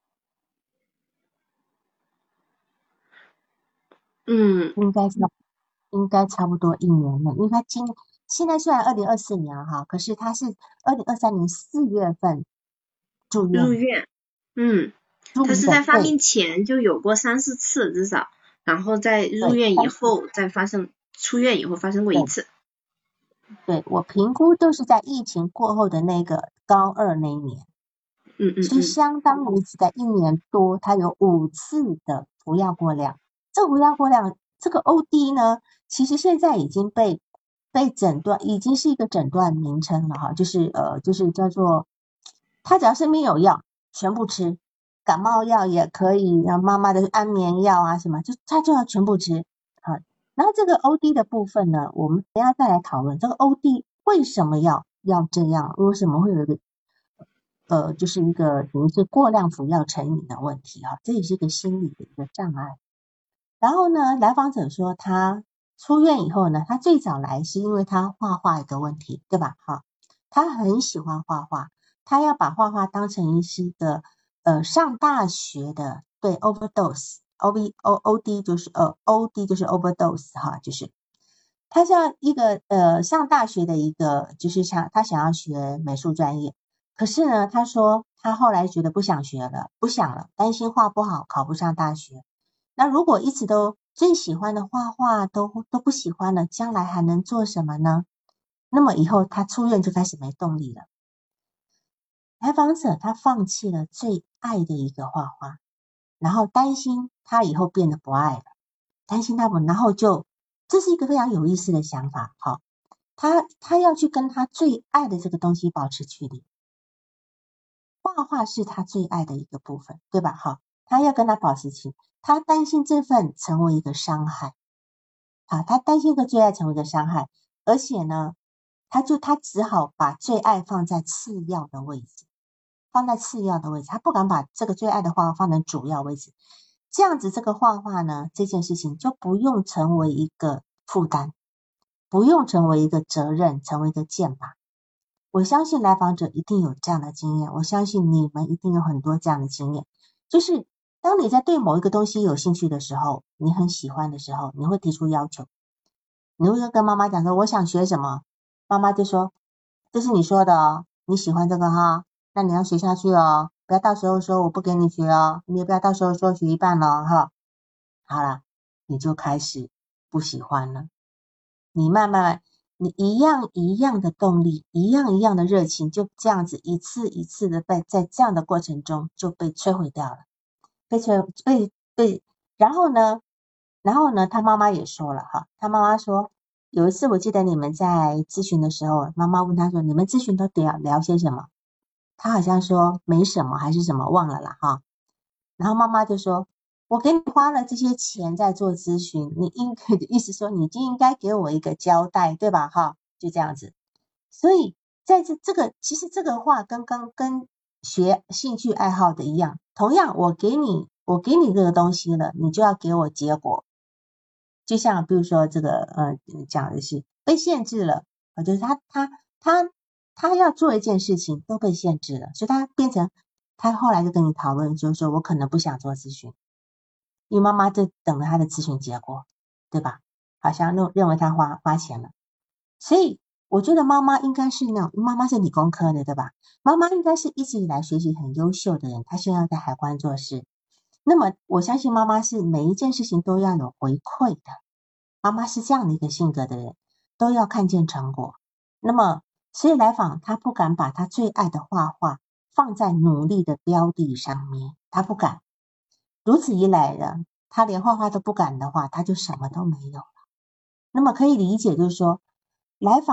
嗯， 应该差应该差不多一年内，因为他今现在虽然二零二四年哈，可是他是二零二三年四月份住院， 入院，嗯， 住他是在院对发病前就有过三四次至少，然后在入对， 院以但是后再发生，出院以后发生过一对次。 对，我评估都是在疫情过后的那个高二那一年。所以嗯嗯嗯相当于只在一年多，他有五次的服药过量。这服药过量，这个 O D 呢，其实现在已经被被诊断，已经是一个诊断名称了哈，就是呃，就是叫做，他只要身边有药，全部吃，感冒药也可以，然后妈妈的安眠药啊什么，就他就要全部吃。好，然后这个 O D 的部分呢，我们等一下再来讨论这个 O D 为什么要要这样，为什么会有一个呃，就是一个等于是过量服药成瘾的问题哈，这也是一个心理的一个障碍。然后呢，来访者说他出院以后呢，他最早来是因为他画画一个问题，对吧？哈，他很喜欢画画，他要把画画当成是一个呃上大学的对 overdose，O V O O D 就是呃 O D 就是 overdose 哈，就是他像一个呃上大学的一个就是想他想要学美术专业。可是呢，他说他后来觉得不想学了，不想了，担心画不好，考不上大学。那如果一直都最喜欢的画画都都不喜欢了，将来还能做什么呢？那么以后他出院就开始没动力了。来访者他放弃了最爱的一个画画，然后担心他以后变得不爱了，担心他不，然后就这是一个非常有意思的想法。好，他他要去跟他最爱的这个东西保持距离。画画是他最爱的一个部分，对吧？好，他要跟他保持距离，他担心这份成为一个伤害，好，他担心这个最爱成为一个伤害，而且呢，他就他只好把最爱放在次要的位置，放在次要的位置，他不敢把这个最爱的画画放成主要位置，这样子这个画画呢，这件事情就不用成为一个负担，不用成为一个责任，成为一个箭靶。我相信来访者一定有这样的经验，我相信你们一定有很多这样的经验，就是当你在对某一个东西有兴趣的时候，你很喜欢的时候，你会提出要求，你会跟妈妈讲说我想学什么，妈妈就说这是你说的哦，你喜欢这个哈，那你要学下去哦，不要到时候说我不给你学哦，你也不要到时候说学一半了哈，好了，你就开始不喜欢了，你慢慢你一样一样的动力，一样一样的热情，就这样子一次一次的被在这样的过程中就被摧毁掉了，被摧被被，然后呢，然后呢，他妈妈也说了哈，他妈妈说有一次我记得你们在咨询的时候，妈妈问他说你们咨询都聊聊些什么？他好像说没什么还是什么忘了啦哈，然后妈妈就说我给你花了这些钱在做咨询，你应该意思说你就应该给我一个交代，对吧？哈，就这样子。所以在这这个其实这个话跟刚跟学兴趣爱好的一样，同样我给你我给你这个东西了，你就要给我结果。就像比如说这个呃讲的是被限制了，就是他他他他要做一件事情都被限制了，所以他变成他后来就跟你讨论，就是说我可能不想做咨询。因为妈妈在等着他的咨询结果，对吧？好像认认为他花花钱了，所以我觉得妈妈应该是那种，妈妈是理工科的，对吧？妈妈应该是一直以来学习很优秀的人，她现在在海关做事，那么我相信妈妈是每一件事情都要有回馈的，妈妈是这样的一个性格的人，都要看见成果。那么所以来访他不敢把他最爱的画画放在努力的标的上面，他不敢。如此一来呢，他连画画都不敢的话，他就什么都没有了。那么可以理解，就是说，来访一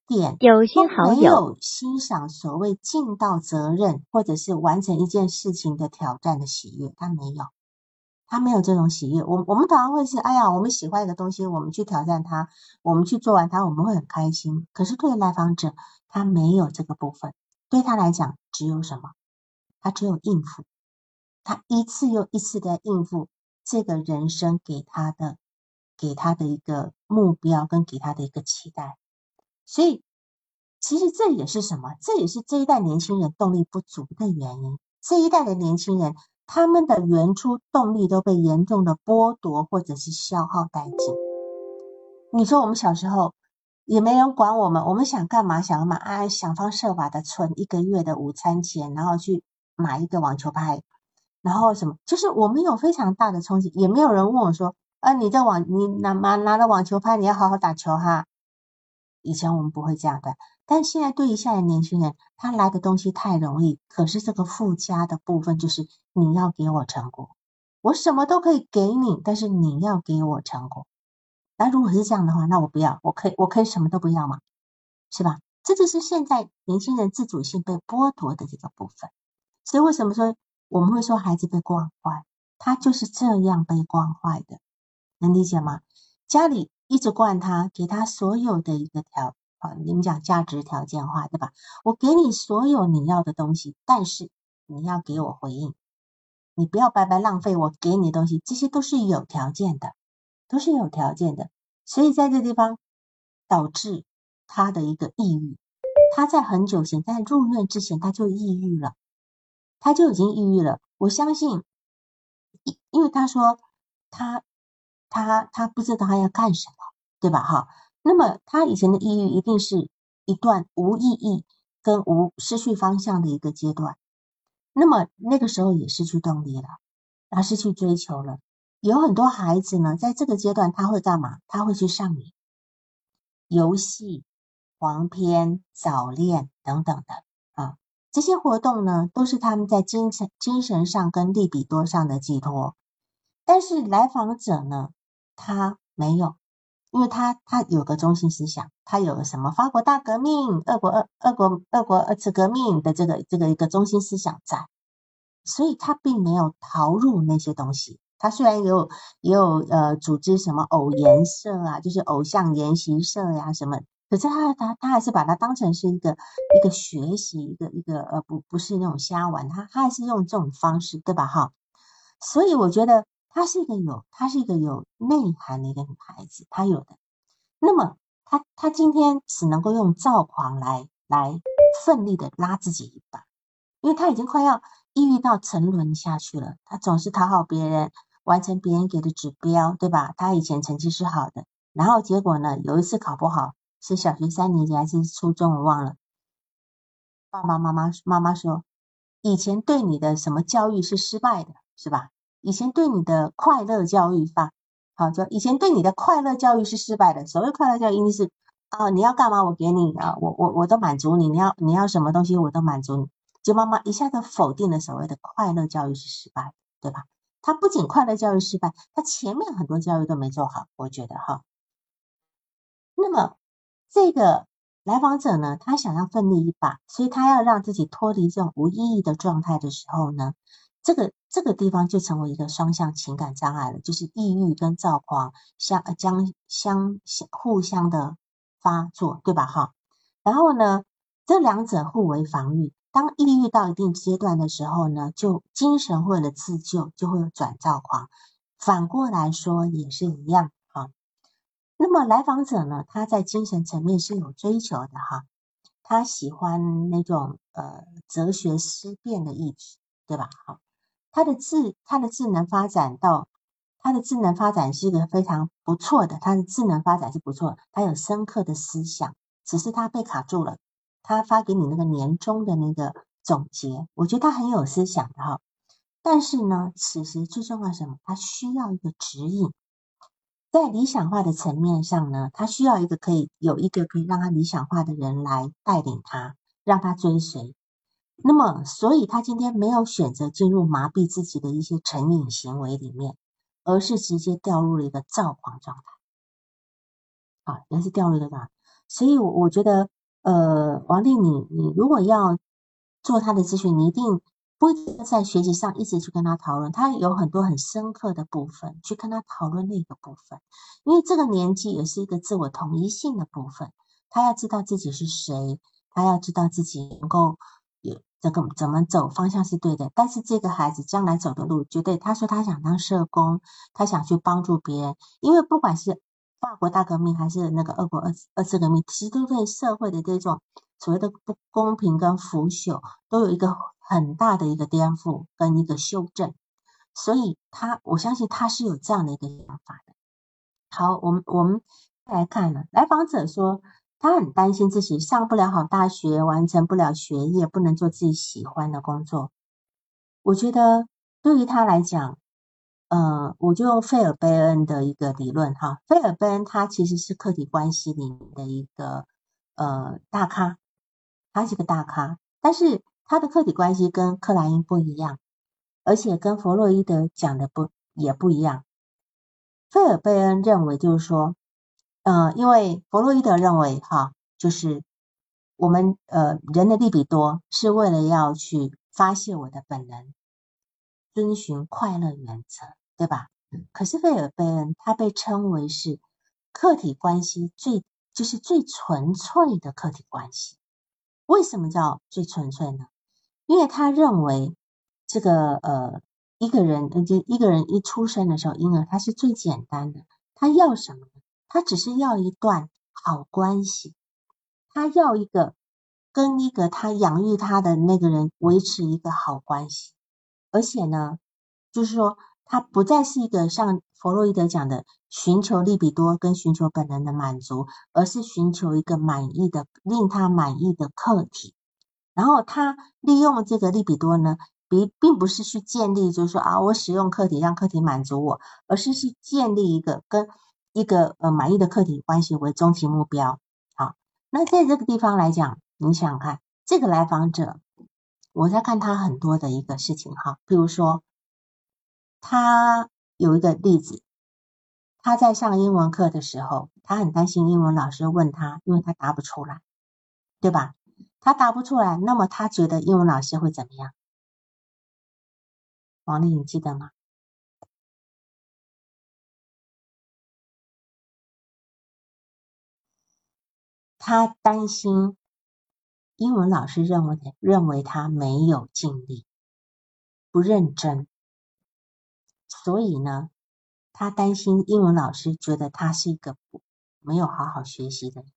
点有些都没好友有欣赏所谓尽到责任或者是完成一件事情的挑战的喜悦，他没有。他没有这种喜悦，我我们常常会是，哎呀，我们喜欢一个东西，我们去挑战它，我们去做完它，我们会很开心。可是对于来访者，他没有这个部分，对他来讲，只有什么？他只有应付，他一次又一次的应付这个人生给他的，给他的一个目标跟给他的一个期待。所以，其实这也是什么？这也是这一代年轻人动力不足的原因。这一代的年轻人，他们的原初动力都被严重的剥夺或者是消耗殆尽。你说我们小时候也没人管我们，我们想干嘛想干嘛，啊，想方设法的存一个月的午餐钱，然后去买一个网球拍，然后什么，就是我们有非常大的冲击，也没有人问我说，啊，你这网你拿拿拿了网球拍，你要好好打球哈。以前我们不会这样的，但现在对于现在的年轻人，他来的东西太容易，可是这个附加的部分就是你要给我成果，我什么都可以给你，但是你要给我成果。那如果是这样的话，那我不要，我可以我可以什么都不要嘛，是吧？这就是现在年轻人自主性被剥夺的这个部分。所以为什么说我们会说孩子被惯坏？他就是这样被惯坏的，能理解吗？家里一直惯他，给他所有的一个条啊，你们讲价值条件化，对吧？我给你所有你要的东西，但是你要给我回应，你不要白白浪费我给你的东西，这些都是有条件的，都是有条件的。所以在这地方导致他的一个抑郁，他在很久前，在入院之前他就抑郁了，他就已经抑郁了。我相信，因为他说他他他不知道他要干什么，对吧？哈，那么他以前的抑郁一定是一段无意义跟无失去方向的一个阶段。那么那个时候也失去动力了，他失去追求了。有很多孩子呢，在这个阶段他会干嘛？他会去上瘾，游戏、黄片、早恋等等的啊。这些活动呢，都是他们在精神精神上跟利比多上的寄托。但是来访者呢，他没有，因为他他有个中心思想，他有什么法国大革命、俄国二俄国俄国二次革命的这个这个一个中心思想在，所以他并没有逃入那些东西。他虽然也有也有呃组织什么偶研社啊，就是偶像研习社呀、啊、什么，可是他他他还是把它当成是一个一个学习一个一个呃不不是那种瞎玩，他他还是用这种方式，对吧？哈，所以我觉得她是一个有她是一个有内涵的一个女孩子，她有的。那么她她今天只能够用躁狂来来奋力的拉自己一把，因为她已经快要抑郁到沉沦下去了。她总是讨好别人，完成别人给的指标，对吧？她以前成绩是好的，然后结果呢，有一次考不好，是小学三年级还是初中我忘了，爸爸妈妈妈妈说，以前对你的什么教育是失败的，是吧？以前对你的快乐教育法，好，就以前对你的快乐教育是失败的。所谓快乐教育，一定是啊，你要干嘛我给你啊，我我我都满足你，你要你要什么东西我都满足你。就妈妈一下子否定了所谓的快乐教育是失败的，对吧？他不仅快乐教育失败，他前面很多教育都没做好，我觉得哈。那么这个来访者呢，他想要奋力一把，所以他要让自己脱离这种无意义的状态的时候呢，这个这个地方就成为一个双向情感障碍了，就是抑郁跟躁狂相呃将相相互相的发作，对吧？哈，然后呢，这两者互为防御。当抑郁到一定阶段的时候呢，就精神为了自救，就会有转躁狂。反过来说也是一样哈。那么来访者呢，他在精神层面是有追求的哈，他喜欢那种呃哲学思辨的意志，对吧？好，他的智他的智能发展到他的智能发展是一个非常不错的，他的智能发展是不错的，他有深刻的思想，只是他被卡住了。他发给你那个年终的那个总结，我觉得他很有思想的哈，但是呢，此时最重要是什么？他需要一个指引。在理想化的层面上呢，他需要一个可以有一个可以让他理想化的人来带领他，让他追随。那么，所以他今天没有选择进入麻痹自己的一些成瘾行为里面，而是直接掉入了一个躁狂状态。啊，也是掉入了吧？所以我，我觉得呃，王丽，你你如果要做他的咨询，你一定不一定在学习上一直去跟他讨论，他有很多很深刻的部分，去跟他讨论那个部分，因为这个年纪也是一个自我同一性的部分，他要知道自己是谁，他要知道自己能够有这个怎么走方向是对的，但是这个孩子将来走的路，绝对他说他想当社工，他想去帮助别人，因为不管是法国大革命还是那个俄国二二次革命，其实都对社会的这种所谓的不公平跟腐朽都有一个很大的一个颠覆跟一个修正，所以他我相信他是有这样的一个想法的。好，我们我们再来看了，来访者说他很担心自己上不了好大学，完成不了学业，不能做自己喜欢的工作。我觉得对于他来讲，呃，我就用费尔贝恩的一个理论哈，费尔贝恩他其实是客体关系里面的一个呃大咖，他是个大咖，但是他的客体关系跟克莱因不一样，而且跟弗洛伊德讲的不也不一样。费尔贝恩认为就是说，呃，因为弗洛伊德认为哈，就是我们呃人的利比多是为了要去发泄我的本能，遵循快乐原则，对吧？可是费尔贝恩他被称为是客体关系最就是最纯粹的客体关系。为什么叫最纯粹呢？因为他认为这个呃一个人就一个人一出生的时候，婴儿他是最简单的，他要什么呢？他只是要一段好关系，他要一个跟一个他养育他的那个人维持一个好关系，而且呢，就是说他不再是一个像弗洛伊德讲的寻求利比多跟寻求本能的满足，而是寻求一个满意的令他满意的客体。然后他利用这个利比多呢，并并不是去建立就是说啊我使用客体让客体满足我，而是去建立一个跟一个呃满意的客体关系为终极目标。好，那在这个地方来讲，你想想看，这个来访者，我在看他很多的一个事情哈，比如说他有一个例子，他在上英文课的时候，他很担心英文老师问他，因为他答不出来，对吧？他答不出来，那么他觉得英文老师会怎么样？王丽，你记得吗？他担心英文老师认为认为他没有尽力，不认真，所以呢，他担心英文老师觉得他是一个没有好好学习的人，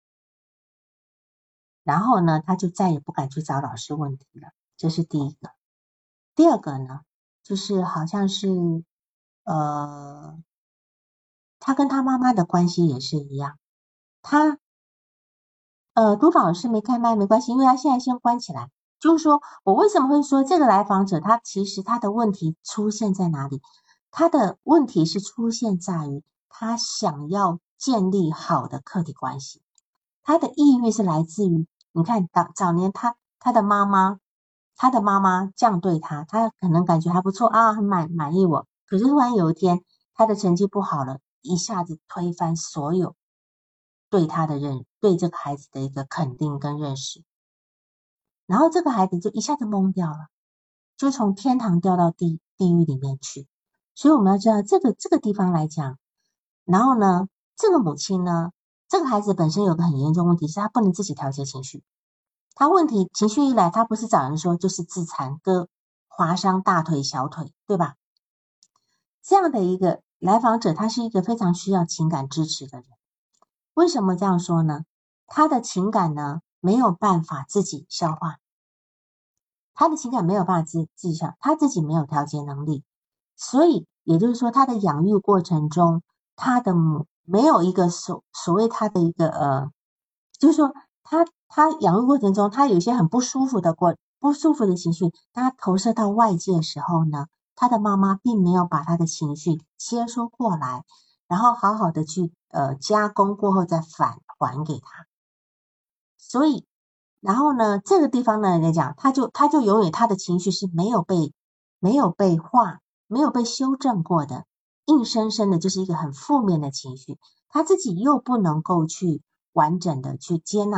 然后呢，他就再也不敢去找老师问题了。这是第一个。第二个呢，就是好像是呃，他跟他妈妈的关系也是一样，他呃，督导老师没开麦没关系，因为他现在先关起来。就是说我为什么会说这个来访者他其实他的问题出现在哪里？他的问题是出现在于他想要建立好的客体关系，他的意欲是来自于你看早早年他他的妈妈，他的妈妈这样对他，他可能感觉还不错啊，很满满意我。可是突然有一天他的成绩不好了，一下子推翻所有对他的认对这个孩子的一个肯定跟认识，然后这个孩子就一下子懵掉了，就从天堂掉到地地狱里面去。所以我们要知道这个这个地方来讲，然后呢，这个母亲呢，这个孩子本身有个很严重问题，是他不能自己调节情绪。他问题情绪一来，他不是找人说就是自残，割划伤大腿小腿，对吧？这样的一个来访者，他是一个非常需要情感支持的人。为什么这样说呢？他的情感呢没有办法自己消化，他的情感没有办法自自己消化，他自己没有调节能力，所以也就是说他的养育过程中，他的母没有一个所所谓他的一个呃，就是说他他养育过程中，他有一些很不舒服的过不舒服的情绪，当他投射到外界的时候呢，他的妈妈并没有把他的情绪接收过来，然后好好的去呃加工过后再返还给他，所以然后呢，这个地方呢来讲，他就他就永远他的情绪是没有被没有被化，没有被修正过的，硬生生的就是一个很负面的情绪，他自己又不能够去完整的去接纳，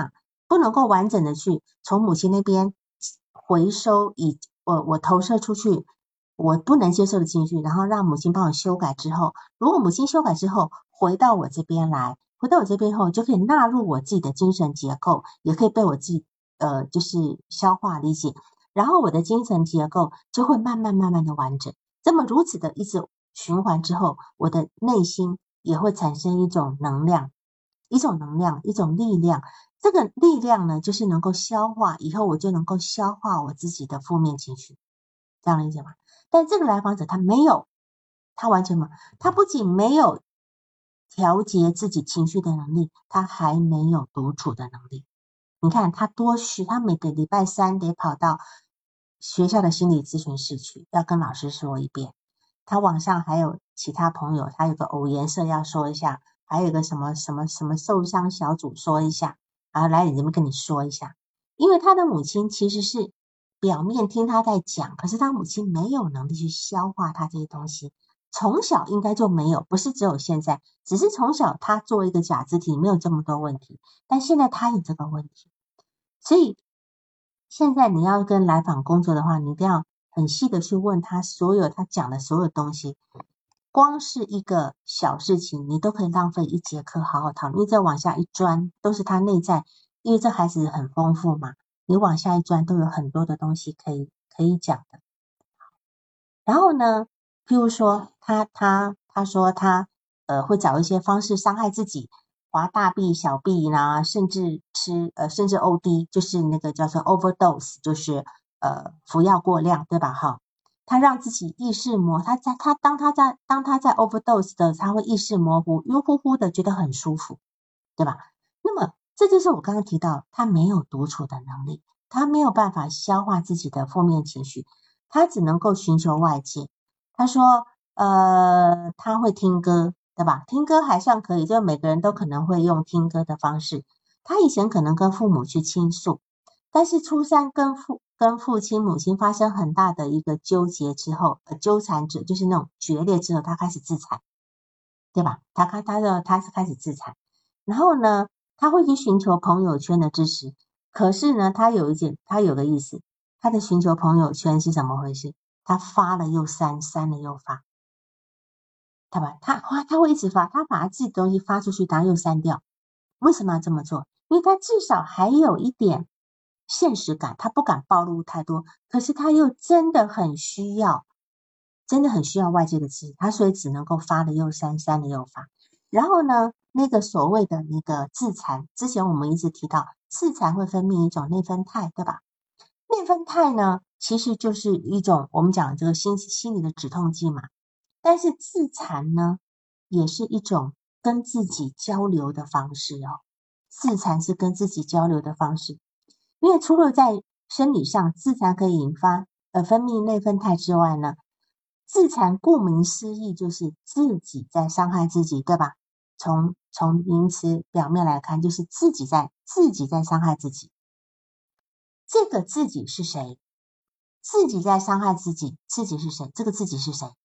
不能够完整的去从母亲那边回收以我我投射出去我不能接受的情绪，然后让母亲帮我修改之后，如果母亲修改之后回到我这边来，回到我这边后就可以纳入我自己的精神结构，也可以被我自己呃就是消化理解，然后我的精神结构就会慢慢慢慢的完整。这么如此的一直循环之后，我的内心也会产生一种能量，一种能量，一种力量。这个力量呢，就是能够消化，以后我就能够消化我自己的负面情绪，这样理解吗？但这个来访者他没有，他完全没有，他不仅没有调节自己情绪的能力，他还没有独处的能力。你看他多虚，他每个礼拜三得跑到学校的心理咨询室去，要跟老师说一遍。他网上还有其他朋友，他有个偶研社要说一下，还有个什么什么什么受伤小组说一下，然后来你这边跟你说一下。因为他的母亲其实是表面听他在讲，可是他母亲没有能力去消化他这些东西，从小应该就没有，不是只有现在，只是从小他作为一个假肢体没有这么多问题，但现在他有这个问题。所以现在你要跟来访工作的话，你一定要很细的去问他所有他讲的所有东西，光是一个小事情你都可以浪费一节课好好讨论，因为再往下一钻都是他内在，因为这孩子很丰富嘛，你往下一钻都有很多的东西可以可以讲的。然后呢，譬如说他他他说他呃会找一些方式伤害自己，划大臂小臂啦，甚至吃呃甚至 O D， 就是那个叫做 overdose， 就是呃服药过量，对吧哈？他让自己意识模，他在他当他在当他在 overdose 的，他会意识模糊，晕乎乎的，觉得很舒服，对吧？那么这就是我刚刚提到，他没有独处的能力，他没有办法消化自己的负面情绪，他只能够寻求外界。他说，呃，他会听歌，对吧？听歌还算可以，就每个人都可能会用听歌的方式。他以前可能跟父母去倾诉，但是初三跟父跟父亲母亲发生很大的一个纠结之后，呃，纠缠者就是那种决裂之后，他开始自残，对吧？他开他的他是开始自残，然后呢，他会去寻求朋友圈的支持，可是呢，他有一件他有个意思，他的寻求朋友圈是怎么回事？他发了又删，删了又发，他把他他他会一直发，他把自己的东西发出去，然后又删掉。为什么要这么做？因为他至少还有一点现实感，他不敢暴露太多，可是他又真的很需要，真的很需要外界的支持，他所以只能够发了又删，删了又发。然后呢，那个所谓的那个自残，之前我们一直提到，自残会分泌一种内啡肽，对吧？内啡肽呢，其实就是一种我们讲这个心心理的止痛剂嘛。但是自残呢，也是一种跟自己交流的方式哦。自残是跟自己交流的方式，因为除了在生理上自残可以引发呃分泌内啡肽之外呢，自残顾名思义就是自己在伤害自己，对吧？从从名词表面来看，就是自己在自己在伤害自己。这个自己是谁？自己在伤害自己，自己是谁？这个自己是谁？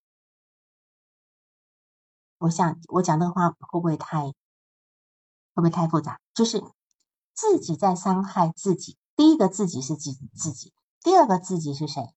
我想我讲这个话会不会太会不会太复杂？就是自己在伤害自己。第一个自己是自己自己，第二个自己是谁？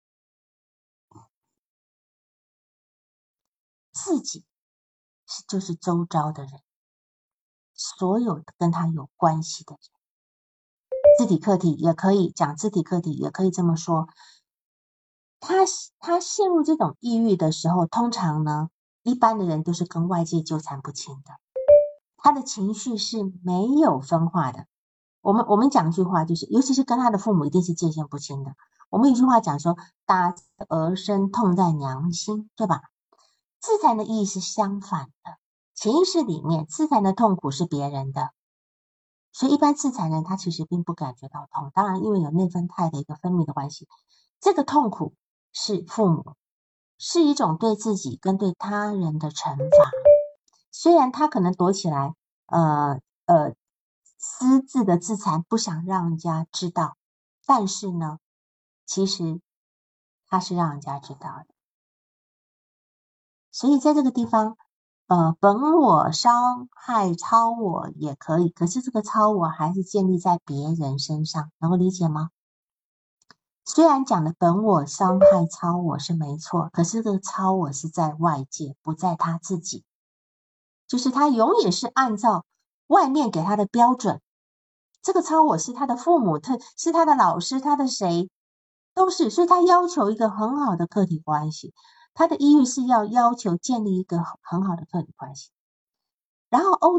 自己是就是周遭的人，所有跟他有关系的人。自体客体也可以讲，自体客体也可以这么说。他他陷入这种抑郁的时候，通常呢，一般的人都是跟外界纠缠不清的，他的情绪是没有分化的。我们我们讲一句话，就是尤其是跟他的父母一定是界限不清的。我们有一句话讲说，打儿身痛在娘心，对吧？自残的意义是相反的，潜意识里面自残的痛苦是别人的，所以一般自残人他其实并不感觉到痛，当然因为有内啡肽的一个分泌的关系，这个痛苦是父母，是一种对自己跟对他人的惩罚。虽然他可能躲起来，呃呃，私自的自残，不想让人家知道，但是呢，其实他是让人家知道的。所以在这个地方， 呃，本我、伤害、超我也可以，可是这个超我还是建立在别人身上，能够理解吗？虽然讲的本我、伤害、超我是没错，可是这个超我是在外界，不在他自己，就是他永远是按照外面给他的标准。这个超我是他的父母，他是他的老师，他的谁都是，所以他要求一个很好的客体关系，他的意欲是要要求建立一个很好的客体关系。然后 O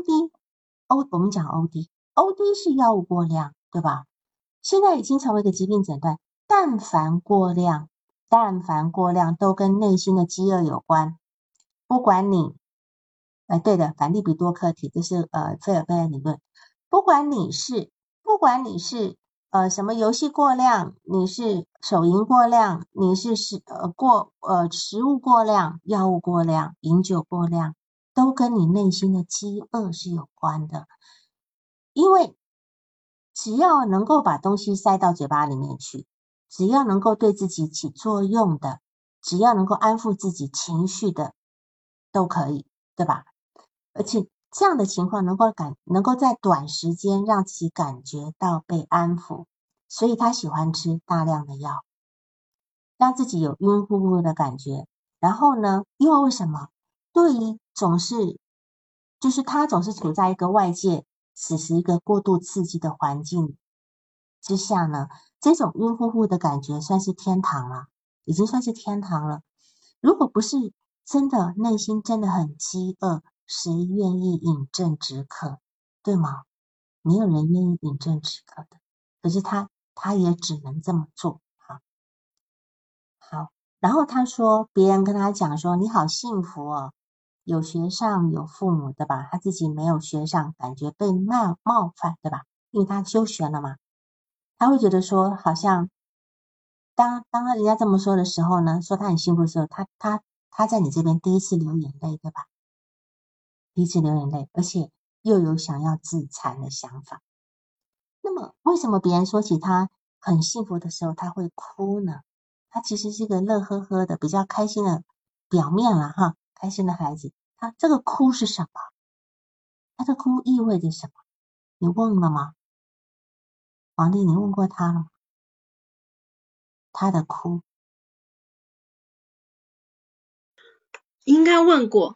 D，O 我们讲 O D，O D 是药物过量，对吧？现在已经成为一个疾病诊断，但凡过量，但凡过量都跟内心的饥饿有关，不管你，呃，对的，反利比多客体，这是呃费尔贝尔理论，不管你是，不管你是呃什么游戏过量，你是手淫过量，你是食呃过呃食物过量，药物过量，饮酒过量，都跟你内心的饥饿是有关的，因为只要能够把东西塞到嘴巴里面去，只要能够对自己起作用的，只要能够安抚自己情绪的，都可以，对吧？而且这样的情况能够感能够在短时间让自己感觉到被安抚，所以他喜欢吃大量的药，让自己有晕乎乎的感觉。然后呢，因为为什么？对于总是就是他总是处在一个外界此时一个过度刺激的环境之下呢，这种晕乎乎的感觉算是天堂了，已经算是天堂了。如果不是真的内心真的很饥饿，谁愿意饮鸩止渴，对吗？没有人愿意饮鸩止渴的，可是他他也只能这么做。好，好，然后他说别人跟他讲说你好幸福哦，有学上有父母，对吧？他自己没有学上，感觉被冒冒犯，对吧？因为他休学了嘛，他会觉得说好像当当人家这么说的时候呢，说他很幸福的时候，他他他在你这边第一次流眼泪，对吧？第一次流眼泪，而且又有想要自残的想法。那么为什么别人说起他很幸福的时候他会哭呢？他其实是一个乐呵呵的比较开心的表面啦哈，开心的孩子。他这个哭是什么？他的哭意味着什么？你问了吗？皇帝，你问过他了吗？他的哭应该问过，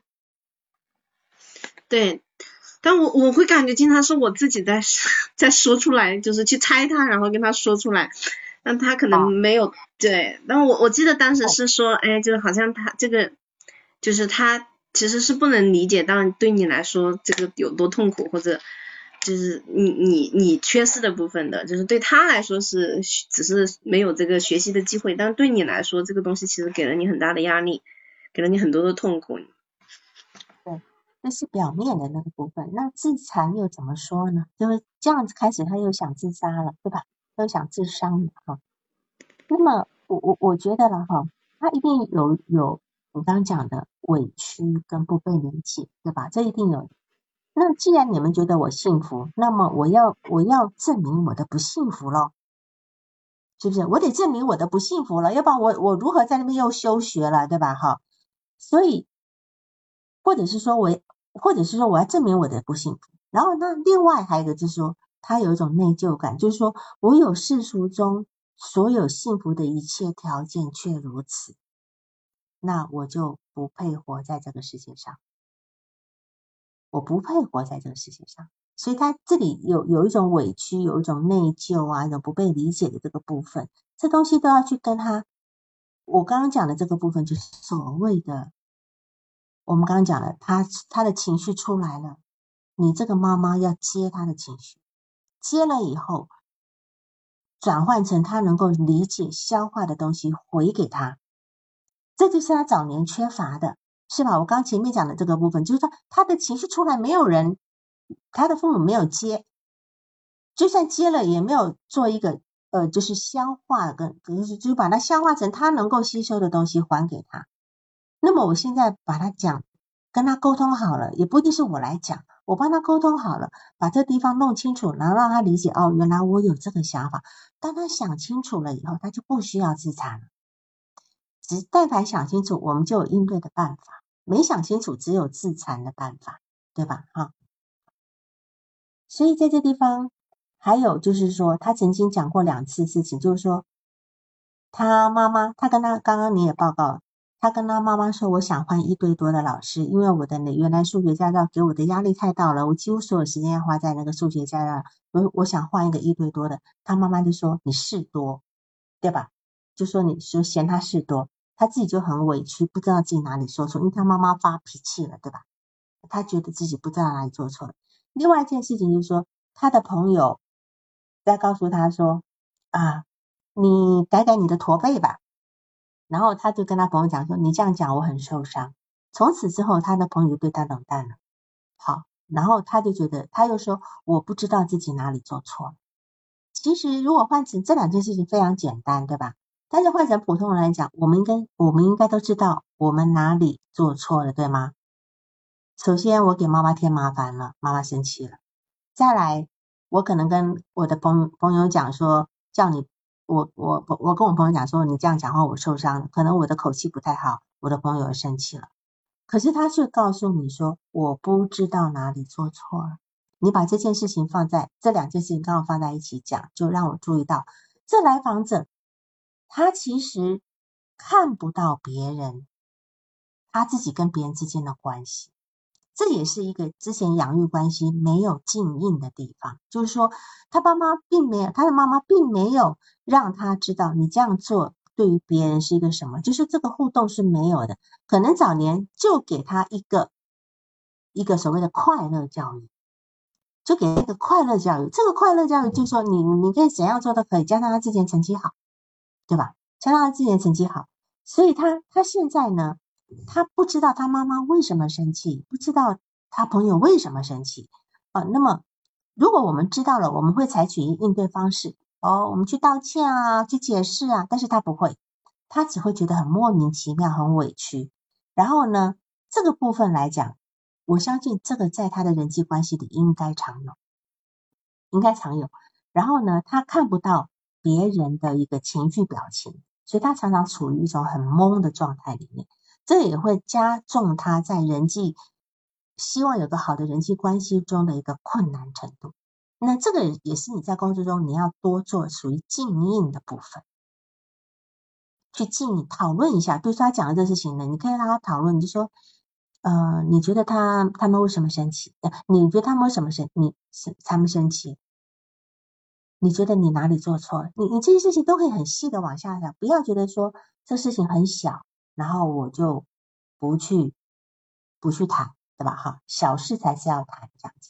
对，但我我会感觉经常是我自己在在说出来，就是去猜他，然后跟他说出来，但他可能没有、哦、对，但我我记得当时是说，哎，就是好像他这个就是他其实是不能理解，当然对你来说这个有多痛苦，或者就是你你你缺失的部分的，就是对他来说是只是没有这个学习的机会，但对你来说这个东西其实给了你很大的压力，给了你很多的痛苦。 对，这是表面的那个部分。那自残又怎么说呢？就是这样子开始，他又想自杀了，对吧？又想自伤了哈。那么我我我觉得了哈，他一定有有我刚刚讲的委屈跟不被理解，对吧？这一定有。那既然你们觉得我幸福，那么我要我要证明我的不幸福咯，是不是？我得证明我的不幸福了，要不然我我如何在那边又休学了，对吧？哈，所以或者是说我，或者是说我要证明我的不幸福。然后那另外还有一个就是说，他有一种内疚感，就是说我有世俗中所有幸福的一切条件却如此，那我就不配活在这个世界上，我不配活在这个世界上。所以他这里有有一种委屈，有一种内疚啊，一种不被理解的这个部分，这东西都要去跟他，我刚刚讲的这个部分就是所谓的，我们刚刚讲了，他他的情绪出来了，你这个妈妈要接他的情绪，接了以后转换成他能够理解消化的东西回给他，这就是他早年缺乏的，是吧？我刚前面讲的这个部分就是他他的情绪出来没有人，他的父母没有接，就算接了也没有做一个呃就是消化跟就是就把它消化成他能够吸收的东西还给他。那么我现在把他讲跟他沟通好了，也不一定是我来讲，我帮他沟通好了，把这地方弄清楚，然后让他理解，哦，原来我有这个想法。当他想清楚了以后，他就不需要自残了。只但凡想清楚，我们就有应对的办法。 没想清楚，只有自残的办法，对吧？哈，所以在这地方还有就是说，他曾经讲过两次事情，就是说他妈妈，他跟他刚刚你也报告，他跟他妈妈说，我想换一对多的老师，因为我的原来数学家教给我的压力太大了，我几乎所有时间要花在那个数学家教，我我想换一个一对多的。他妈妈就说你事多，对吧？就说你说嫌他事多，他自己就很委屈，不知道自己哪里说错，因为他妈妈发脾气了，对吧？他觉得自己不知道哪里做错了。另外一件事情就是说，他的朋友在告诉他说啊，你改改你的驼背吧。然后他就跟他朋友讲说，你这样讲我很受伤。从此之后，他的朋友就对他冷淡了。好，然后他就觉得，他又说我不知道自己哪里做错了。其实如果换成这两件事情非常简单，对吧？但是换成普通人来讲，我们应该我们应该都知道我们哪里做错了，对吗？首先我给妈妈添麻烦了，妈妈生气了。再来，我可能跟我的朋朋友讲说，叫你我我我跟我朋友讲说，你这样讲话我受伤了，可能我的口气不太好，我的朋友生气了。可是他却告诉你说，我不知道哪里做错了。你把这件事情放在这两件事情刚好放在一起讲，就让我注意到，这来访者他其实看不到别人，他自己跟别人之间的关系。这也是一个之前养育关系没有浸印的地方，就是说他爸妈并没有，他的妈妈并没有让他知道你这样做对于别人是一个什么，就是这个互动是没有的。可能早年就给他一个一个所谓的快乐教育，就给一个快乐教育。这个快乐教育就是说你你可以怎样做都可以，加上他之前成绩好，对吧？加上他之前成绩好，所以他他现在呢，他不知道他妈妈为什么生气，不知道他朋友为什么生气啊。那么如果我们知道了，我们会采取应对方式哦，我们去道歉啊，去解释啊，但是他不会，他只会觉得很莫名其妙，很委屈。然后呢，这个部分来讲，我相信这个在他的人际关系里应该常有，应该常有。然后呢，他看不到别人的一个情绪表情，所以他常常处于一种很懵的状态里面，这也会加重他在人际希望有个好的人际关系中的一个困难程度。那这个也是你在工作中你要多做属于静应的部分，去静讨论一下。比如说他讲的这事情呢，你可以让他讨论，你就说呃，你觉得他他们为什么生气？呃、你觉得他们为什么生你他们生气？你觉得你哪里做错了？你你这些事情都可以很细的往下讲，不要觉得说这事情很小，然后我就不去不去谈，对吧？哈，小事才是要谈这样子。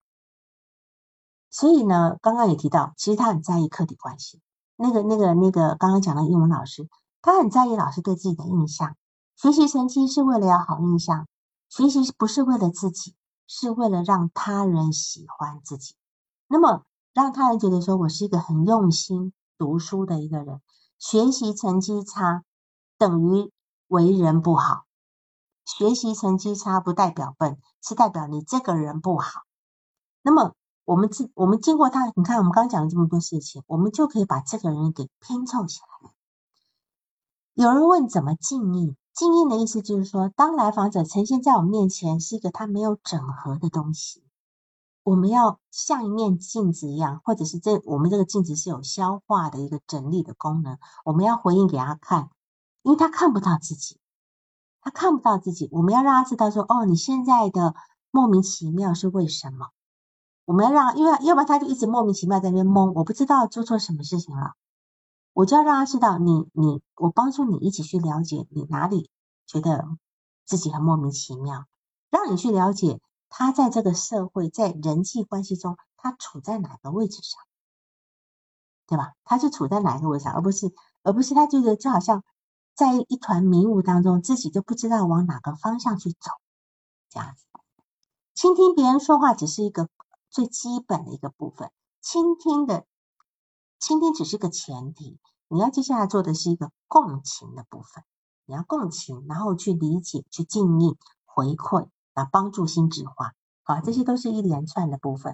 所以呢，刚刚也提到，其实他很在意客体关系。那个那个那个刚刚讲的英文老师，他很在意老师对自己的印象。学习成绩是为了要好印象，学习不是为了自己，是为了让他人喜欢自己。那么让他人觉得说我是一个很用心读书的一个人，学习成绩差等于为人不好，学习成绩差不代表笨，是代表你这个人不好。那么我们经我们经过他，你看我们刚刚讲了这么多事情，我们就可以把这个人给拼凑起来。有人问怎么静应？静应的意思就是说，当来访者呈现在我们面前是一个他没有整合的东西，我们要像一面镜子一样，或者是这我们这个镜子是有消化的一个整理的功能，我们要回应给他看，因为他看不到自己，他看不到自己，我们要让他知道说，哦，你现在的莫名其妙是为什么？我们要让，因为要不然他就一直莫名其妙在那边懵，我不知道做错什么事情了，我就要让他知道，你你我帮助你一起去了解你哪里觉得自己很莫名其妙，让你去了解他在这个社会在人际关系中他处在哪个位置上，对吧？他是处在哪个位置上，而不是而不是他觉得就好像在一团迷雾当中，自己就不知道往哪个方向去走，这样子。倾听别人说话只是一个最基本的一个部分，倾听的倾听只是个前提，你要接下来做的是一个共情的部分，你要共情，然后去理解，去静应，回馈，啊，帮助心智化，好，这些都是一连串的部分。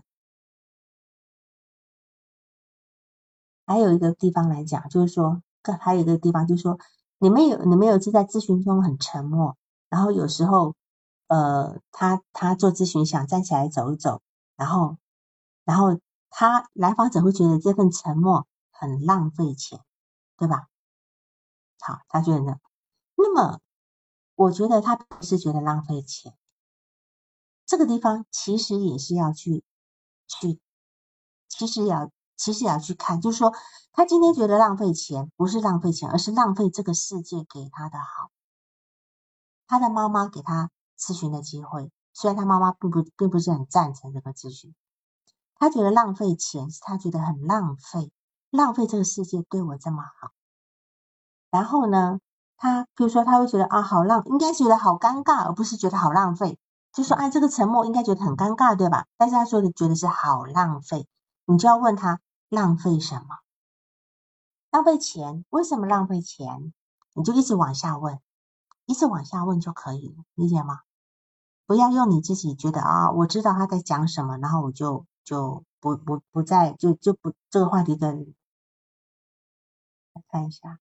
还有一个地方来讲，就是说，还有一个地方就是说，你们有你们有一次在咨询中很沉默， 然后有时候呃他他做咨询想站起来走一走，然后然后他来访者会觉得这份沉默很浪费钱，对吧？好，他觉得那么我觉得他不是觉得浪费钱，这个地方其实也是要去去其实也要其实也要去看，就是说他今天觉得浪费钱不是浪费钱，而是浪费这个世界给他的好，他的妈妈给他咨询的机会，虽然他妈妈并不并不是很赞成这个咨询，他觉得浪费钱是他觉得很浪费，浪费这个世界对我这么好。然后呢，他比如说他会觉得啊好浪，应该觉得好尴尬，而不是觉得好浪费。就说哎这个沉默应该觉得很尴尬，对吧？但是他说的觉得是好浪费，你就要问他浪费什么？浪费钱，为什么浪费钱？你就一直往下问，一直往下问就可以了，理解吗？不要用你自己觉得啊，我知道他在讲什么，然后我就就不不不再就就不这个话题的，看一下。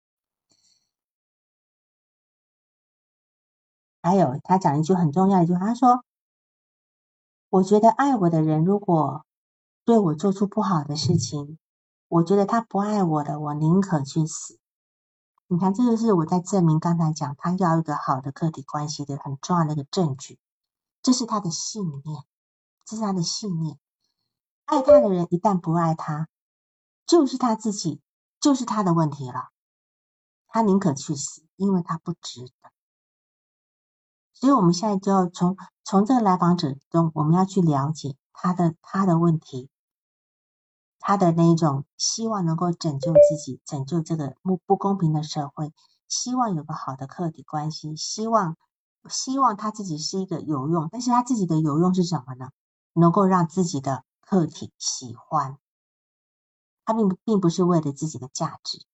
还有他讲一句很重要的一句话，他说我觉得爱我的人如果对我做出不好的事情，我觉得他不爱我的，我宁可去死。你看，这就是我在证明刚才讲他要一个好的客体关系的很重要的一个证据，这是他的信念，这是他的信念。爱他的人一旦不爱他，就是他自己，就是他的问题了。他宁可去死，因为他不值得。所以我们现在就要从从这个来访者中，我们要去了解他的他的问题，他的那一种希望能够拯救自己，拯救这个不不公平的社会，希望有个好的客体关系，希望希望他自己是一个有用，但是他自己的有用是什么呢？能够让自己的客体喜欢，他并并不是为了自己的价值。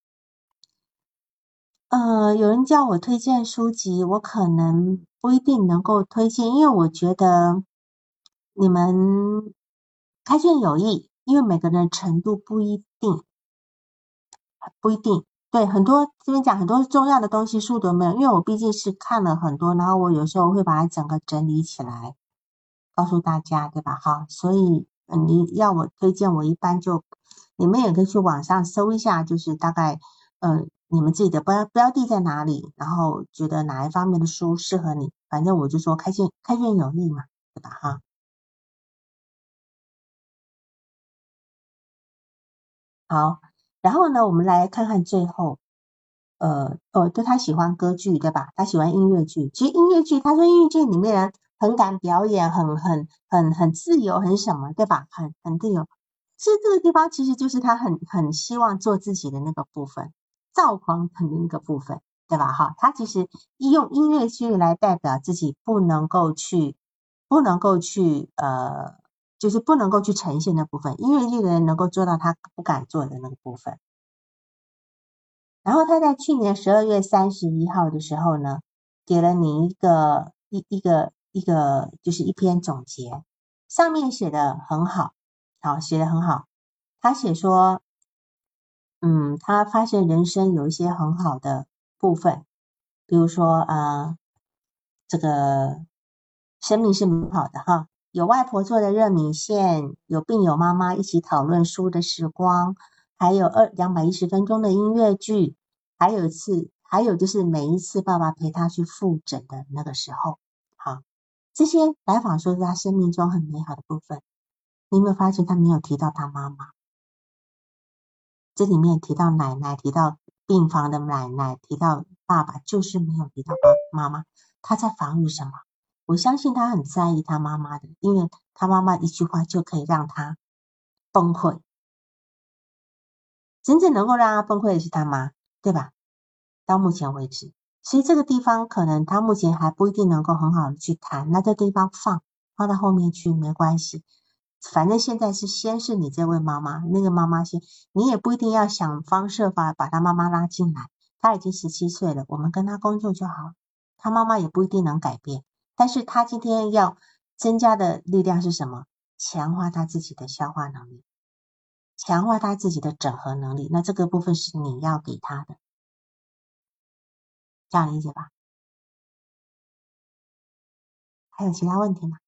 呃，有人叫我推荐书籍，我可能不一定能够推荐，因为我觉得你们开卷有益，因为每个人的程度不一定，不一定。对，很多这边讲很多重要的东西书都没有，因为我毕竟是看了很多，然后我有时候会把它整个整理起来，告诉大家，对吧？哈，所以呃你要我推荐，我一般就你们也可以去网上搜一下，就是大概呃你们自己的标标的在哪里，然后觉得哪一方面的书适合你，反正我就说开卷开卷有益嘛，对吧？哈，好，然后呢，我们来看看最后。呃哦，对，他喜欢歌剧，对吧？他喜欢音乐剧。其实音乐剧，他说音乐剧里面人很敢表演，很很很很自由，很什么，对吧？很很自由。其实这个地方其实就是他很很希望做自己的那个部分，躁狂的那个部分，对吧？哈，他其实用音乐剧来代表自己不能够去，不能够去呃，就是不能够去呈现的部分。音乐剧的人能够做到他不敢做的那个部分。然后他在去年十二月三十一号的时候呢，给了你一个一一个一个就是一篇总结，上面写的很好，好写的很好。他写说，嗯，他发现人生有一些很好的部分，比如说呃，这个生命是美好的哈，有外婆做的热米线，有病友妈妈一起讨论书的时光，还有二两百一十分钟的音乐剧。还有一次，还有就是每一次爸爸陪他去复诊的那个时候，好，这些来访说是他生命中很美好的部分。你有没有发现他没有提到他妈妈？这里面提到奶奶，提到病房的奶奶，提到爸爸，就是没有提到爸妈妈。他在防御什么？我相信他很在意他妈妈的，因为他妈妈一句话就可以让他崩溃。真正能够让他崩溃的是他妈，对吧？到目前为止，所以这个地方可能他目前还不一定能够很好的去谈，那这地方放放到后面去没关系，反正现在是先是你这位妈妈，那个妈妈先，你也不一定要想方设法把他妈妈拉进来，他已经十七岁了，我们跟他工作就好，他妈妈也不一定能改变，但是他今天要增加的力量是什么？强化他自己的消化能力，强化他自己的整合能力，那这个部分是你要给他的。这样理解吧？ 还有其他问题吗？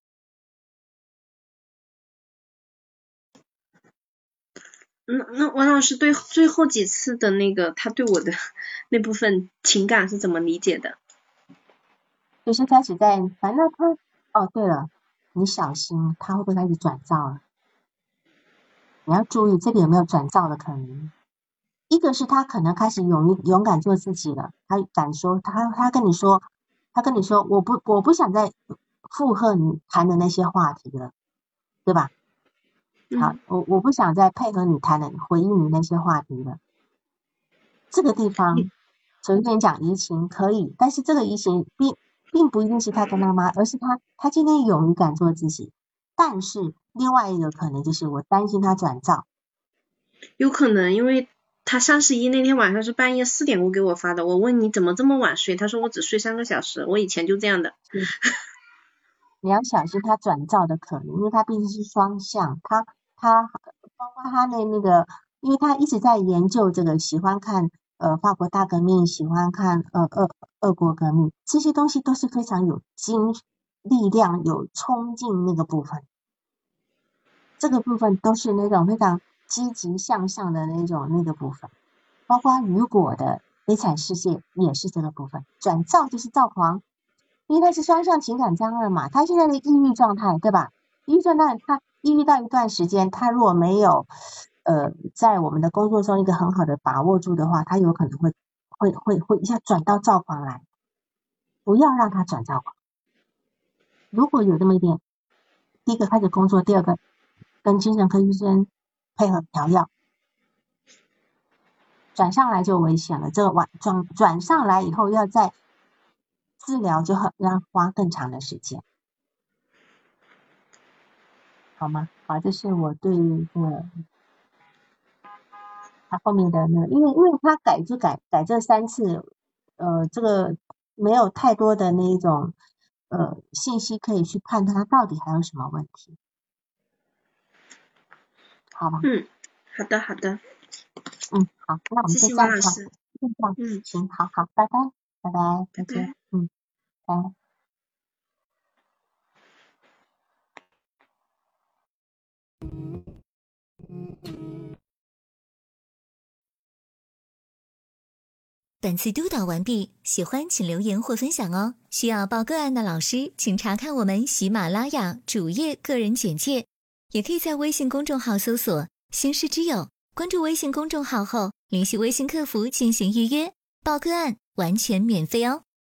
那那王老师对最后几次的那个他对我的那部分情感是怎么理解的？ 就是开始在，反正他，哦，对了，你小心他会不会开始转造了？你要注意这里有没有转造的可能。一个是他可能开始勇勇敢做自己了，他敢说，他他跟你说，他跟你说，我不我不想再附和你谈的那些话题了，对吧？好，我我不想再配合你谈的回应你那些话题了。这个地方首先讲移情可以，但是这个移情并并不一定是他跟他妈，而是他他今天勇于敢做自己。但是另外一个可能就是我担心他转造， 有可能因为他双十一那天晚上是半夜四点多给我发的，我问你怎么这么晚睡，他说我只睡三个小时，我以前就这样的。 你要小心他转造的可能，因为他毕竟是双向，他他包括他的那个，因为他一直在研究这个，喜欢看呃法国大革命，喜欢看呃俄俄国革命，这些东西都是非常有精力量、有冲劲那个部分，这个部分都是那种非常积极向上的那种那个部分，包括雨果的悲惨世界也是这个部分，转造就是造狂。因为他是双向情感障碍嘛，他现在的抑郁状态，对吧？抑郁状态，他抑郁到一段时间，他如果没有呃在我们的工作中一个很好的把握住的话，他有可能会会会会一下转到躁狂来，不要让他转躁狂。如果有这么一点，第一个开始工作，第二个跟精神科医生配合调药，转上来就危险了。这个转转转上来以后，要再治疗就很要花更长的时间。好吗？好，这是我对这个他后面的那个，因为因为他改就改改这三次，呃，这个没有太多的那一种呃信息可以去判断他到底还有什么问题，好吧？ 嗯，好的好的， 嗯，好，那我们就这样吧，就这样， 嗯， 行，好好，拜拜，拜拜，再见，嗯，拜。 本次督导完毕，喜欢请留言或分享哦。需要报个案的老师，请查看我们喜马拉雅主页个人简介，也可以在微信公众号搜索“星师之友”，关注微信公众号后，联系微信客服进行预约，报个案完全免费哦。